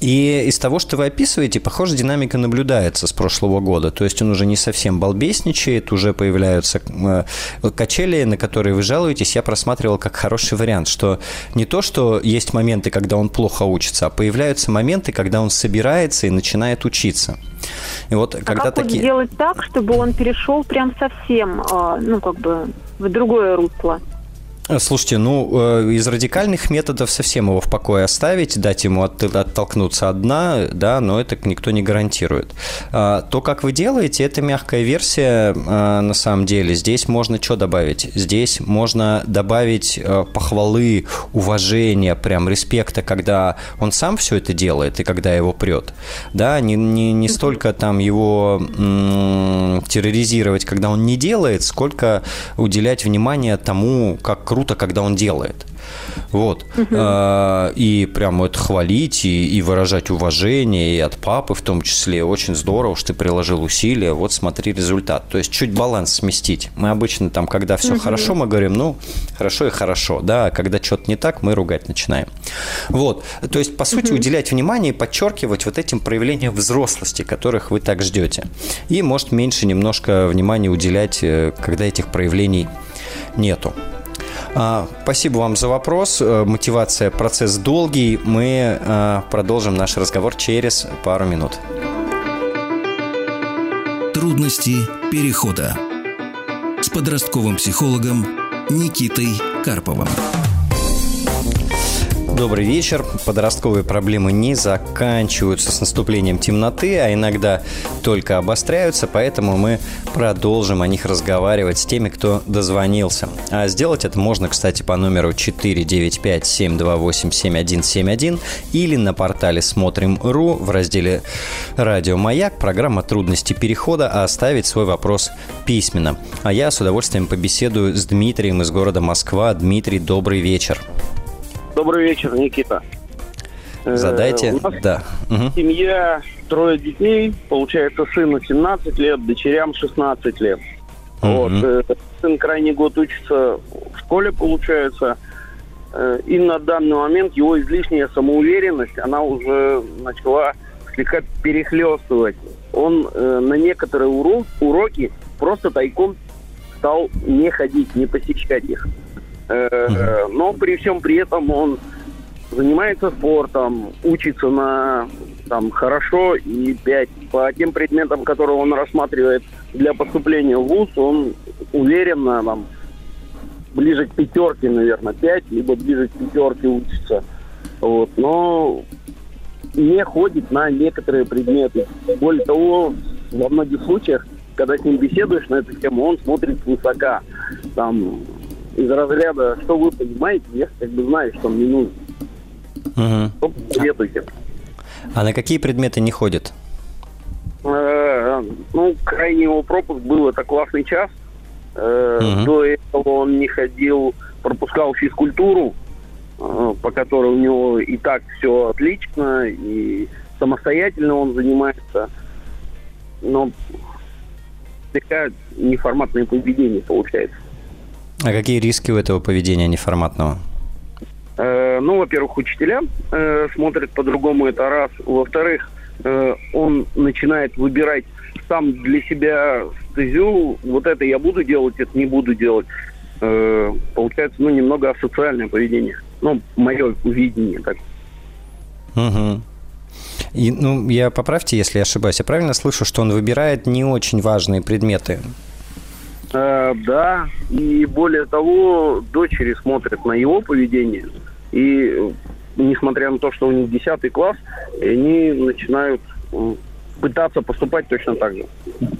И из того, что вы описываете, похоже, динамика наблюдается с прошлого года. То есть он уже не совсем балбесничает, уже появляются качели, на которые вы жалуетесь. Я просматривал как хороший вариант, что не то, что есть моменты, когда он плохо учится, а появляются моменты, когда он собирается и начинает учиться. И вот, а когда как такие... вот сделать так, чтобы он перешел прям совсем, ну, как бы, в другое русло? Слушайте, ну, из радикальных методов совсем его в покое оставить, дать ему от, оттолкнуться от дна, да, но это никто не гарантирует. То, как вы делаете, это мягкая версия, на самом деле. Здесь можно что добавить? Здесь можно добавить похвалы, уважения, прям респекта, когда он сам все это делает и когда его прет. Да, не, не, не столько там его м- терроризировать, когда он не делает, сколько уделять внимание тому, как круто, когда он делает. Вот. Uh-huh. И прямо это хвалить, и, и выражать уважение, и от папы в том числе. Очень здорово, что ты приложил усилия. Вот смотри результат. То есть чуть баланс сместить. Мы обычно там, когда все uh-huh. хорошо, мы говорим, ну, хорошо и хорошо. Да, а когда что-то не так, мы ругать начинаем. Вот. То есть, по сути, uh-huh. уделять внимание и подчеркивать вот этим проявлениям взрослости, которых вы так ждете. И, может, меньше немножко внимания уделять, когда этих проявлений нету. Спасибо вам за вопрос. Мотивация – процесс долгий. Мы продолжим наш разговор через пару минут. Трудности перехода с подростковым психологом Никитой Карповым. Добрый вечер. Подростковые проблемы не заканчиваются с наступлением темноты, а иногда только обостряются, поэтому мы продолжим о них разговаривать с теми, кто дозвонился. А сделать это можно, кстати, по номеру четыре девять пять семь два восемь семь один семь один или на портале смотрим точка ру в разделе «Радио Маяк», программа «Трудности перехода», а оставить свой вопрос письменно. А я с удовольствием побеседую с Дмитрием из города Москва. Дмитрий, добрый вечер. Добрый вечер, Никита. Задайте. У нас да. семья, трое детей. Получается, сыну семнадцать лет, дочерям шестнадцать лет. Угу. Вот. Сын крайний год учится в школе, получается. И на данный момент его излишняя самоуверенность, она уже начала слегка перехлестывать. Он на некоторые урок, уроки просто тайком стал не ходить, не посещать их. Uh-huh. Но при всем при этом он занимается спортом, учится на там хорошо и пять. По тем предметам, которые он рассматривает для поступления в вуз, он уверенно там ближе к пятерке, наверное, пять, либо ближе к пятерке учится. Вот. Но не ходит на некоторые предметы. Более того, во многих случаях, когда с ним беседуешь на эту тему, он смотрит свысока. Там из разряда, что вы понимаете, я как бы знаю, что мне нужно. Угу. Что посоветуйте. А на какие предметы не ходит? Э-э- ну, крайний его пропуск был, это классный час. Э- угу. До этого он не ходил, пропускал физкультуру, э- по которой у него и так все отлично, и самостоятельно он занимается. Но такое неформатное поведение получается. А какие риски у этого поведения неформатного? Э, ну, во-первых, учителя э, смотрят по-другому, это раз. Во-вторых, э, он начинает выбирать сам для себя стезю. Вот это я буду делать, это не буду делать. Э, получается, ну, немного асоциальное поведение. Ну, мое видение так. Угу. И, ну, я поправьте, если я ошибаюсь. Я правильно слышу, что он выбирает не очень важные предметы? Uh, да, и более того, дочери смотрят на его поведение, и несмотря на то, что у них десятый класс, они начинают пытаться поступать точно так же.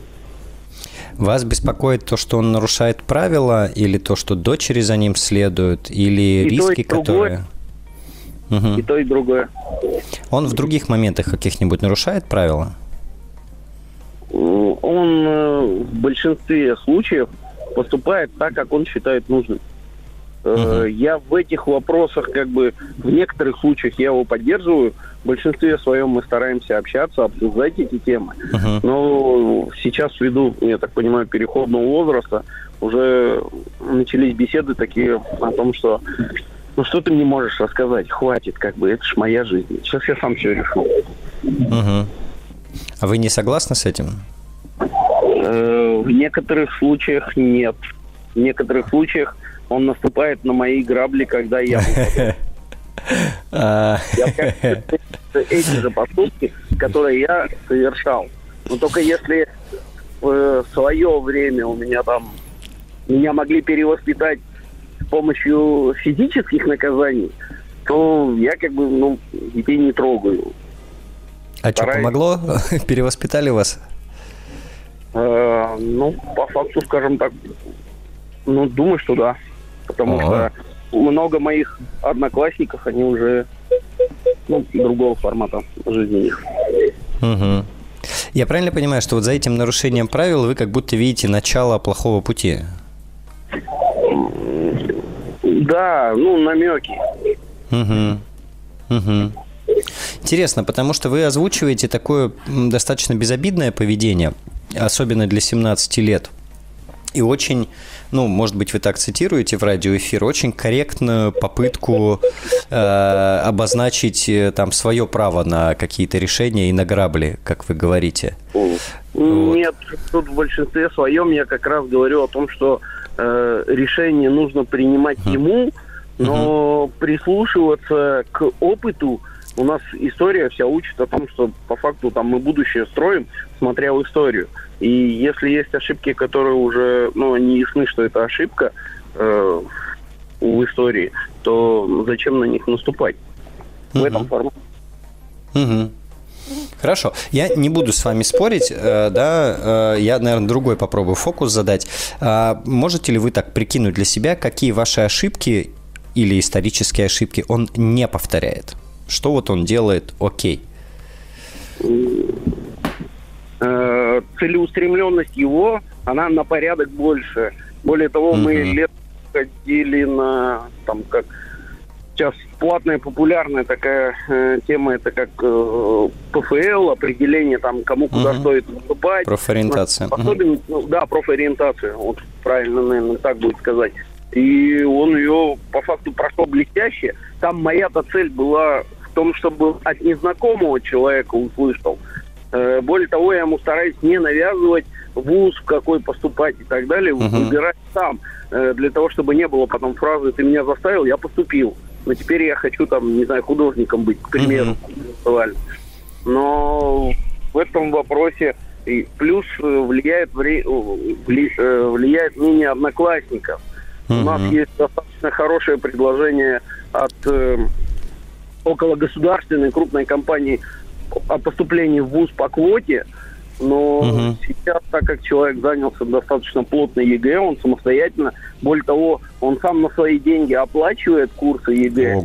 Вас беспокоит то, что он нарушает правила, или то, что дочери за ним следуют, или и риски, то, и которые... Угу. И то, и другое. Он в других моментах каких-нибудь нарушает правила? Он в большинстве случаев поступает так, как он считает нужным. Uh-huh. Я в этих вопросах, как бы, в некоторых случаях я его поддерживаю. В большинстве своем мы стараемся общаться, обсуждать эти темы. Uh-huh. Но сейчас, ввиду, я так понимаю, переходного возраста, уже начались беседы такие о том, что ну что ты мне можешь рассказать? Хватит, как бы, это ж моя жизнь. Сейчас я сам все решу. Угу. А вы не согласны с этим? Э, в некоторых случаях нет. В некоторых случаях он наступает на мои грабли, когда я... Я эти же поступки, которые я совершал. Но только если в свое время у меня там... Меня могли перевоспитать с помощью физических наказаний, то я как бы, ну, детей не трогаю. А что, помогло? Перевоспитали вас? Э, ну, по факту, скажем так, ну, думаю, что да. Потому О-о. что много моих одноклассников, они уже, ну, другого формата жизни. Угу. Я правильно понимаю, что вот за этим нарушением правил вы как будто видите начало плохого пути? Да, ну, намеки. Угу. Угу. Интересно, потому что вы озвучиваете такое достаточно безобидное поведение, особенно для семнадцати лет. И очень, ну, может быть, вы так цитируете в радиоэфир, очень корректную попытку э, обозначить э, там свое право на какие-то решения и на грабли, как вы говорите. Нет, вот. Тут в большинстве своем я как раз говорю о том, что э, решение нужно принимать uh-huh. ему, но uh-huh. прислушиваться к опыту. У нас история вся учит о том, что по факту там мы будущее строим, смотря в историю. И если есть ошибки, которые уже, ну, не ясны, что это ошибка э, в истории, то зачем на них наступать? Uh-huh. В этом формате. Uh-huh. Хорошо. Я не буду с вами спорить, э, да, э, я, наверное, другой попробую фокус задать. А можете ли вы так прикинуть для себя, какие ваши ошибки или исторические ошибки он не повторяет? Что вот он делает окей? Целеустремленность его, она на порядок больше. Более того, mm-hmm. мы лет ходили на, там, как сейчас платная, популярная такая э, тема, это как э, ПФЛ, определение, там, кому куда mm-hmm. стоит поступать. Профориентация. Особенно, mm-hmm. ну, да, профориентация, вот правильно, наверное, так будет сказать. И он ее по факту прошел блестяще. Там моя-то цель была в том, чтобы от незнакомого человека услышал. Э, более того, я ему стараюсь не навязывать вуз, в какой поступать и так далее, uh-huh. выбирать сам. Э, для того, чтобы не было потом фразы «ты меня заставил, я поступил». Но теперь я хочу, там, не знаю, художником быть, к примеру. Uh-huh. Но в этом вопросе и плюс влияет, вре... влияет мнение одноклассников. Uh-huh. У нас есть достаточно хорошее предложение от э, окологосударственной крупной компании о поступлении в вуз по квоте, но uh-huh. сейчас, так как человек занялся достаточно плотно ЕГЭ, он самостоятельно, более того, он сам на свои деньги оплачивает курсы ЕГЭ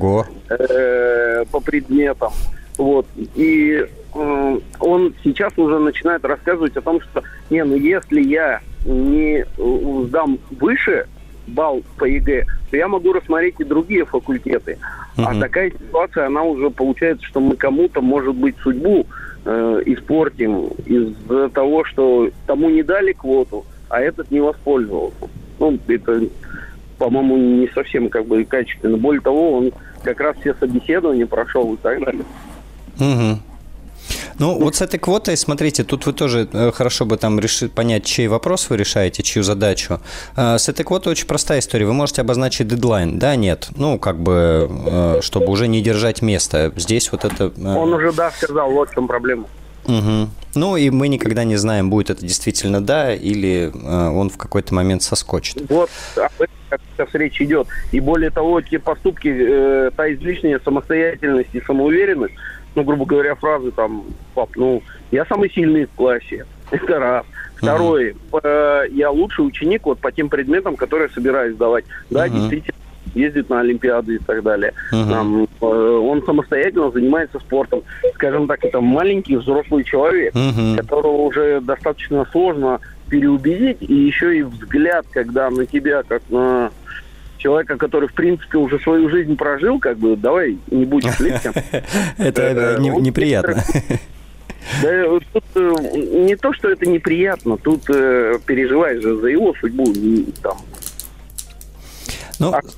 э, по предметам. Вот. И э, он сейчас уже начинает рассказывать о том, что не, ну если я не сдам выше балл по ЕГЭ, то я могу рассмотреть и другие факультеты. Uh-huh. А такая ситуация, она уже получается, что мы кому-то, может быть, судьбу э, испортим из-за того, что тому не дали квоту, а этот не воспользовался. Ну, это, по-моему, не совсем как бы качественно. Более того, он как раз все собеседования прошел и так далее. Uh-huh. Ну, вот с этой квотой, смотрите, тут вы тоже хорошо бы там решить, понять, чей вопрос вы решаете, чью задачу. С этой квотой очень простая история. Вы можете обозначить дедлайн, да, нет, ну, как бы, чтобы уже не держать место. Здесь вот это... Он уже да сказал, вот в чем проблема. Угу. Ну, и мы никогда не знаем, будет это действительно да, или он в какой-то момент соскочит. Вот об этом как сейчас речь идет. И более того, те поступки, э, та излишняя самостоятельность и самоуверенность, ну, грубо говоря, фразы там, пап, ну, я самый сильный в классе. Это раз. Второе, uh-huh. э, я лучший ученик вот по тем предметам, которые я собираюсь сдавать. Да, uh-huh. действительно, ездит на олимпиады и так далее. Uh-huh. Там, э, он самостоятельно занимается спортом. Скажем так, это маленький взрослый человек, uh-huh. которого уже достаточно сложно переубедить. И еще и взгляд, когда на тебя, как на... человека, который, в принципе, уже свою жизнь прожил, как бы, давай не будем слишком. Это неприятно. Да, тут не то, что это неприятно, тут переживаешь же за его судьбу. Там. Ну,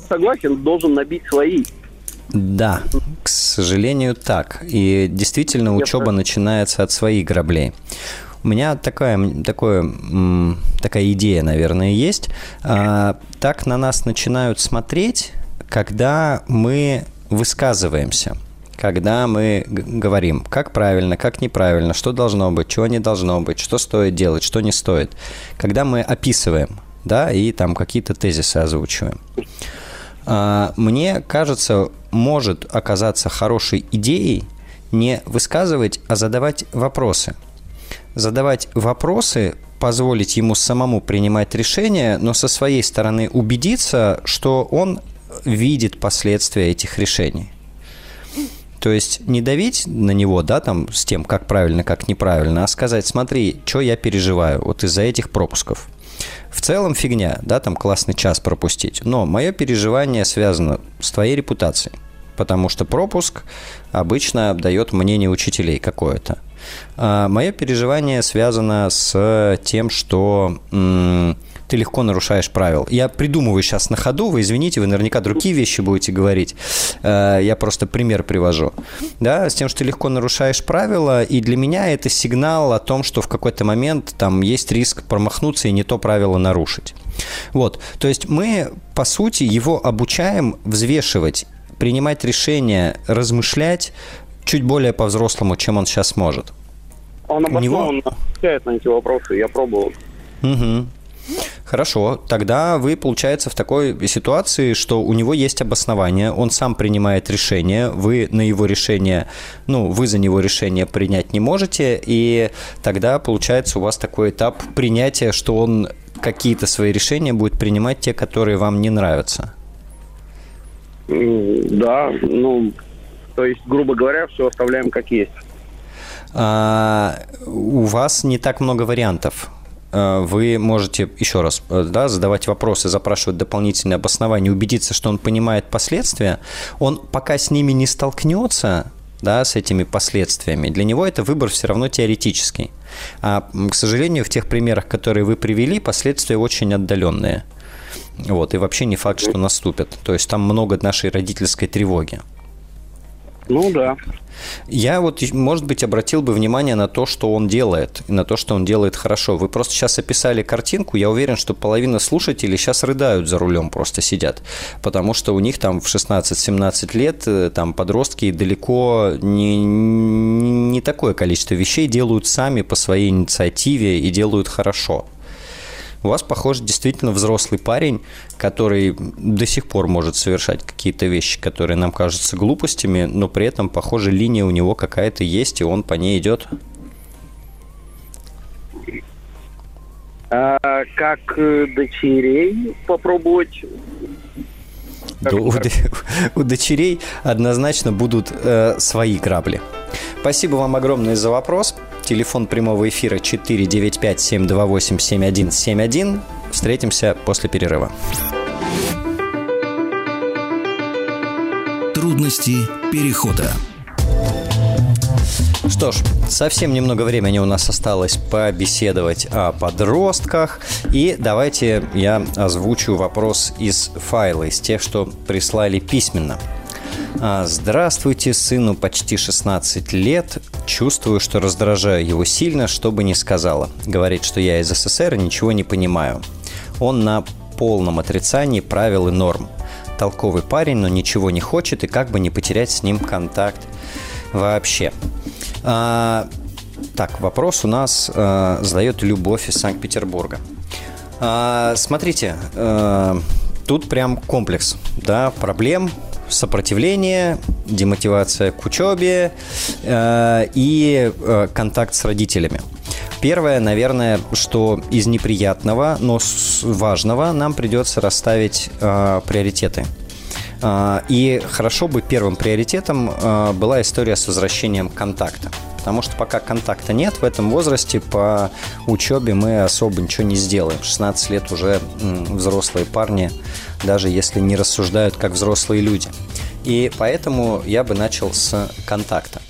согласен, должен набить свои. Да, к сожалению, так. И действительно, учеба Я начинается от своих граблей. У меня такая, такое, такая идея, наверное, есть. Так на нас начинают смотреть, когда мы высказываемся, когда мы говорим, как правильно, как неправильно, что должно быть, чего не должно быть, что стоит делать, что не стоит. Когда мы описываем, да, и там какие-то тезисы озвучиваем. Мне кажется, может оказаться хорошей идеей не высказывать, а задавать вопросы. Задавать вопросы, позволить ему самому принимать решения, но со своей стороны убедиться, что он видит последствия этих решений. То есть не давить на него, да, там, с тем, как правильно, как неправильно, а сказать, смотри, что я переживаю вот из-за этих пропусков. В целом фигня, да, там классный час пропустить, но мое переживание связано с твоей репутацией, потому что пропуск обычно дает мнение учителей какое-то. А мое переживание связано с тем, что м- ты легко нарушаешь правила. Я придумываю сейчас на ходу, вы извините, вы наверняка другие вещи будете говорить. Я просто пример привожу. Да, с тем, что ты легко нарушаешь правила, и для меня это сигнал о том, что в какой-то момент там есть риск промахнуться и не то правило нарушить. Вот, то есть мы, по сути, его обучаем взвешивать, принимать решения, размышлять чуть более по-взрослому, чем он сейчас может. Он обоснованно отвечает на эти вопросы, я пробовал. Угу. Хорошо, тогда вы, получается, в такой ситуации, что у него есть обоснование, он сам принимает решение, вы на его решение, ну, вы за него решение принять не можете, и тогда, получается, у вас такой этап принятия, что он какие-то свои решения будет принимать, те, которые вам не нравятся. Да, ну, то есть, грубо говоря, все оставляем как есть. А, у вас не так много вариантов. Вы можете еще раз, да, задавать вопросы, запрашивать дополнительные обоснования, убедиться, что он понимает последствия. Он пока с ними не столкнется, да, с этими последствиями, для него это выбор все равно теоретический. А, к сожалению, в тех примерах, которые вы привели, последствия очень отдаленные. Вот, и вообще не факт, что наступят. То есть там много нашей родительской тревоги. Ну да. Я вот, может быть, обратил бы внимание на то, что он делает, и на то, что он делает хорошо. Вы просто сейчас описали картинку, я уверен, что половина слушателей сейчас рыдают за рулем, просто сидят, потому что у них там в шестнадцать-семнадцать лет там подростки далеко не, не такое количество вещей делают сами по своей инициативе и делают хорошо. У вас, похоже, действительно взрослый парень, который до сих пор может совершать какие-то вещи, которые нам кажутся глупостями, но при этом, похоже, линия у него какая-то есть, и он по ней идет. А как дочерей попробовать? Да, у, у дочерей однозначно будут э, свои грабли. Спасибо вам огромное за вопрос. Телефон прямого эфира четыре девять пять семь два восемь семь один семь один. Встретимся после перерыва. Трудности перехода. Что ж, совсем немного времени у нас осталось побеседовать о подростках. И давайте я озвучу вопрос из файла, из тех, что прислали письменно. Здравствуйте, сыну почти шестнадцать лет. Чувствую, что раздражаю его сильно, что бы ни сказала. Говорит, что я из СССР и ничего не понимаю. Он на полном отрицании правил и норм. Толковый парень, но ничего не хочет, и как бы не потерять с ним контакт вообще. А, так, вопрос у нас а, задает Любовь из Санкт-Петербурга. А, смотрите, а, тут прям комплекс, да, проблем. Сопротивление, демотивация к учебе э, и э, контакт с родителями. Первое, наверное, что из неприятного, но важного, нам придется расставить э, приоритеты. Э, и хорошо бы первым приоритетом э, была история с возвращением контакта. Потому что пока контакта нет в этом возрасте, по учебе мы особо ничего не сделаем. шестнадцать лет уже м, взрослые парни, даже если не рассуждают как взрослые люди. И поэтому я бы начал с контакта.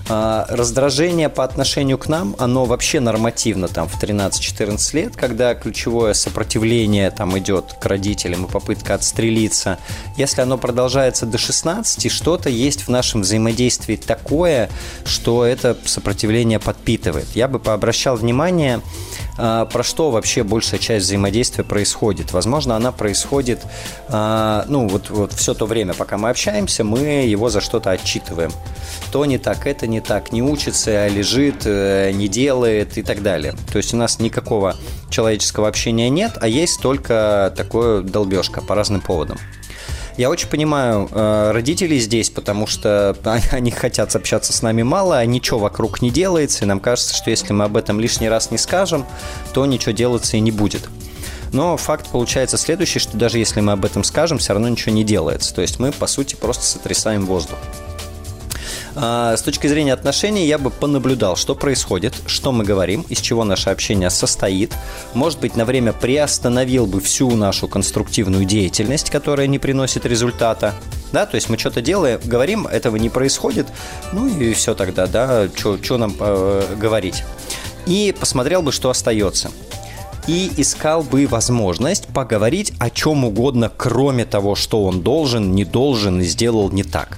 Раздражение по отношению к нам, оно вообще нормативно там в тринадцать-четырнадцать лет, когда ключевое сопротивление там идет к родителям и попытка отстрелиться. Если оно продолжается до шестнадцати, что-то есть в нашем взаимодействии такое, что это сопротивление подпитывает. Я бы пообращал внимание, про что вообще большая часть взаимодействия происходит. Возможно, она происходит, ну, вот, вот все то время, пока мы общаемся, мы его за что-то отчитываем. То не так, это не так, не учится, лежит, не делает и так далее. То есть у нас никакого человеческого общения нет, а есть только такое долбежка по разным поводам. Я очень понимаю э, родителей здесь, потому что они хотят общаться с нами мало, а ничего вокруг не делается, и нам кажется, что если мы об этом лишний раз не скажем, то ничего делаться и не будет. Но факт получается следующий, что даже если мы об этом скажем, все равно ничего не делается. То есть мы, по сути, просто сотрясаем воздух. С точки зрения отношений я бы понаблюдал, что происходит, что мы говорим, из чего наше общение состоит. Может быть, на время приостановил бы всю нашу конструктивную деятельность, которая не приносит результата. Да, то есть мы что-то делаем, говорим, этого не происходит, ну и все тогда, да, что нам э, говорить. И посмотрел бы, что остается. И искал бы возможность поговорить о чем угодно, кроме того, что он должен, не должен и сделал не так.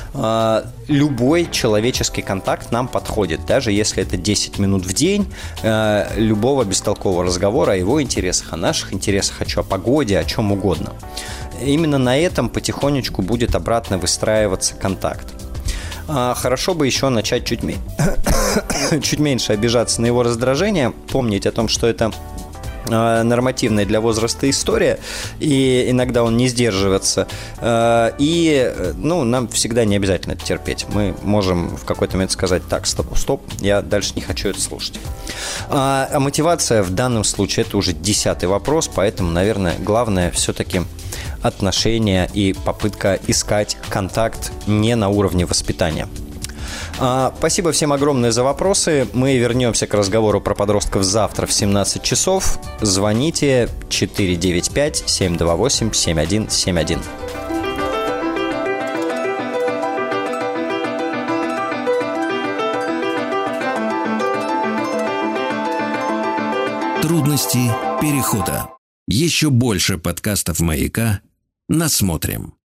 Любой человеческий контакт нам подходит, даже если это десять минут в день, любого бестолкового разговора о его интересах, о наших интересах, о погоде, о чем угодно. Именно на этом потихонечку будет обратно выстраиваться контакт. Хорошо бы еще начать чуть, ме... чуть меньше обижаться на его раздражение, помнить о том, что это нормативная для возраста история, и иногда он не сдерживается. И, ну, нам всегда не обязательно это терпеть. Мы можем в какой-то момент сказать: так, стоп, стоп, я дальше не хочу это слушать. А, а мотивация в данном случае — это уже десятый вопрос, поэтому, наверное, главное все-таки отношения и попытка искать контакт не на уровне воспитания. Спасибо всем огромное за вопросы. Мы вернемся к разговору про подростков завтра в семнадцать часов. Звоните четыре девять пять семь два восемь семь один семь один. Трудности перехода. Еще больше подкастов «Маяка» насмотрим.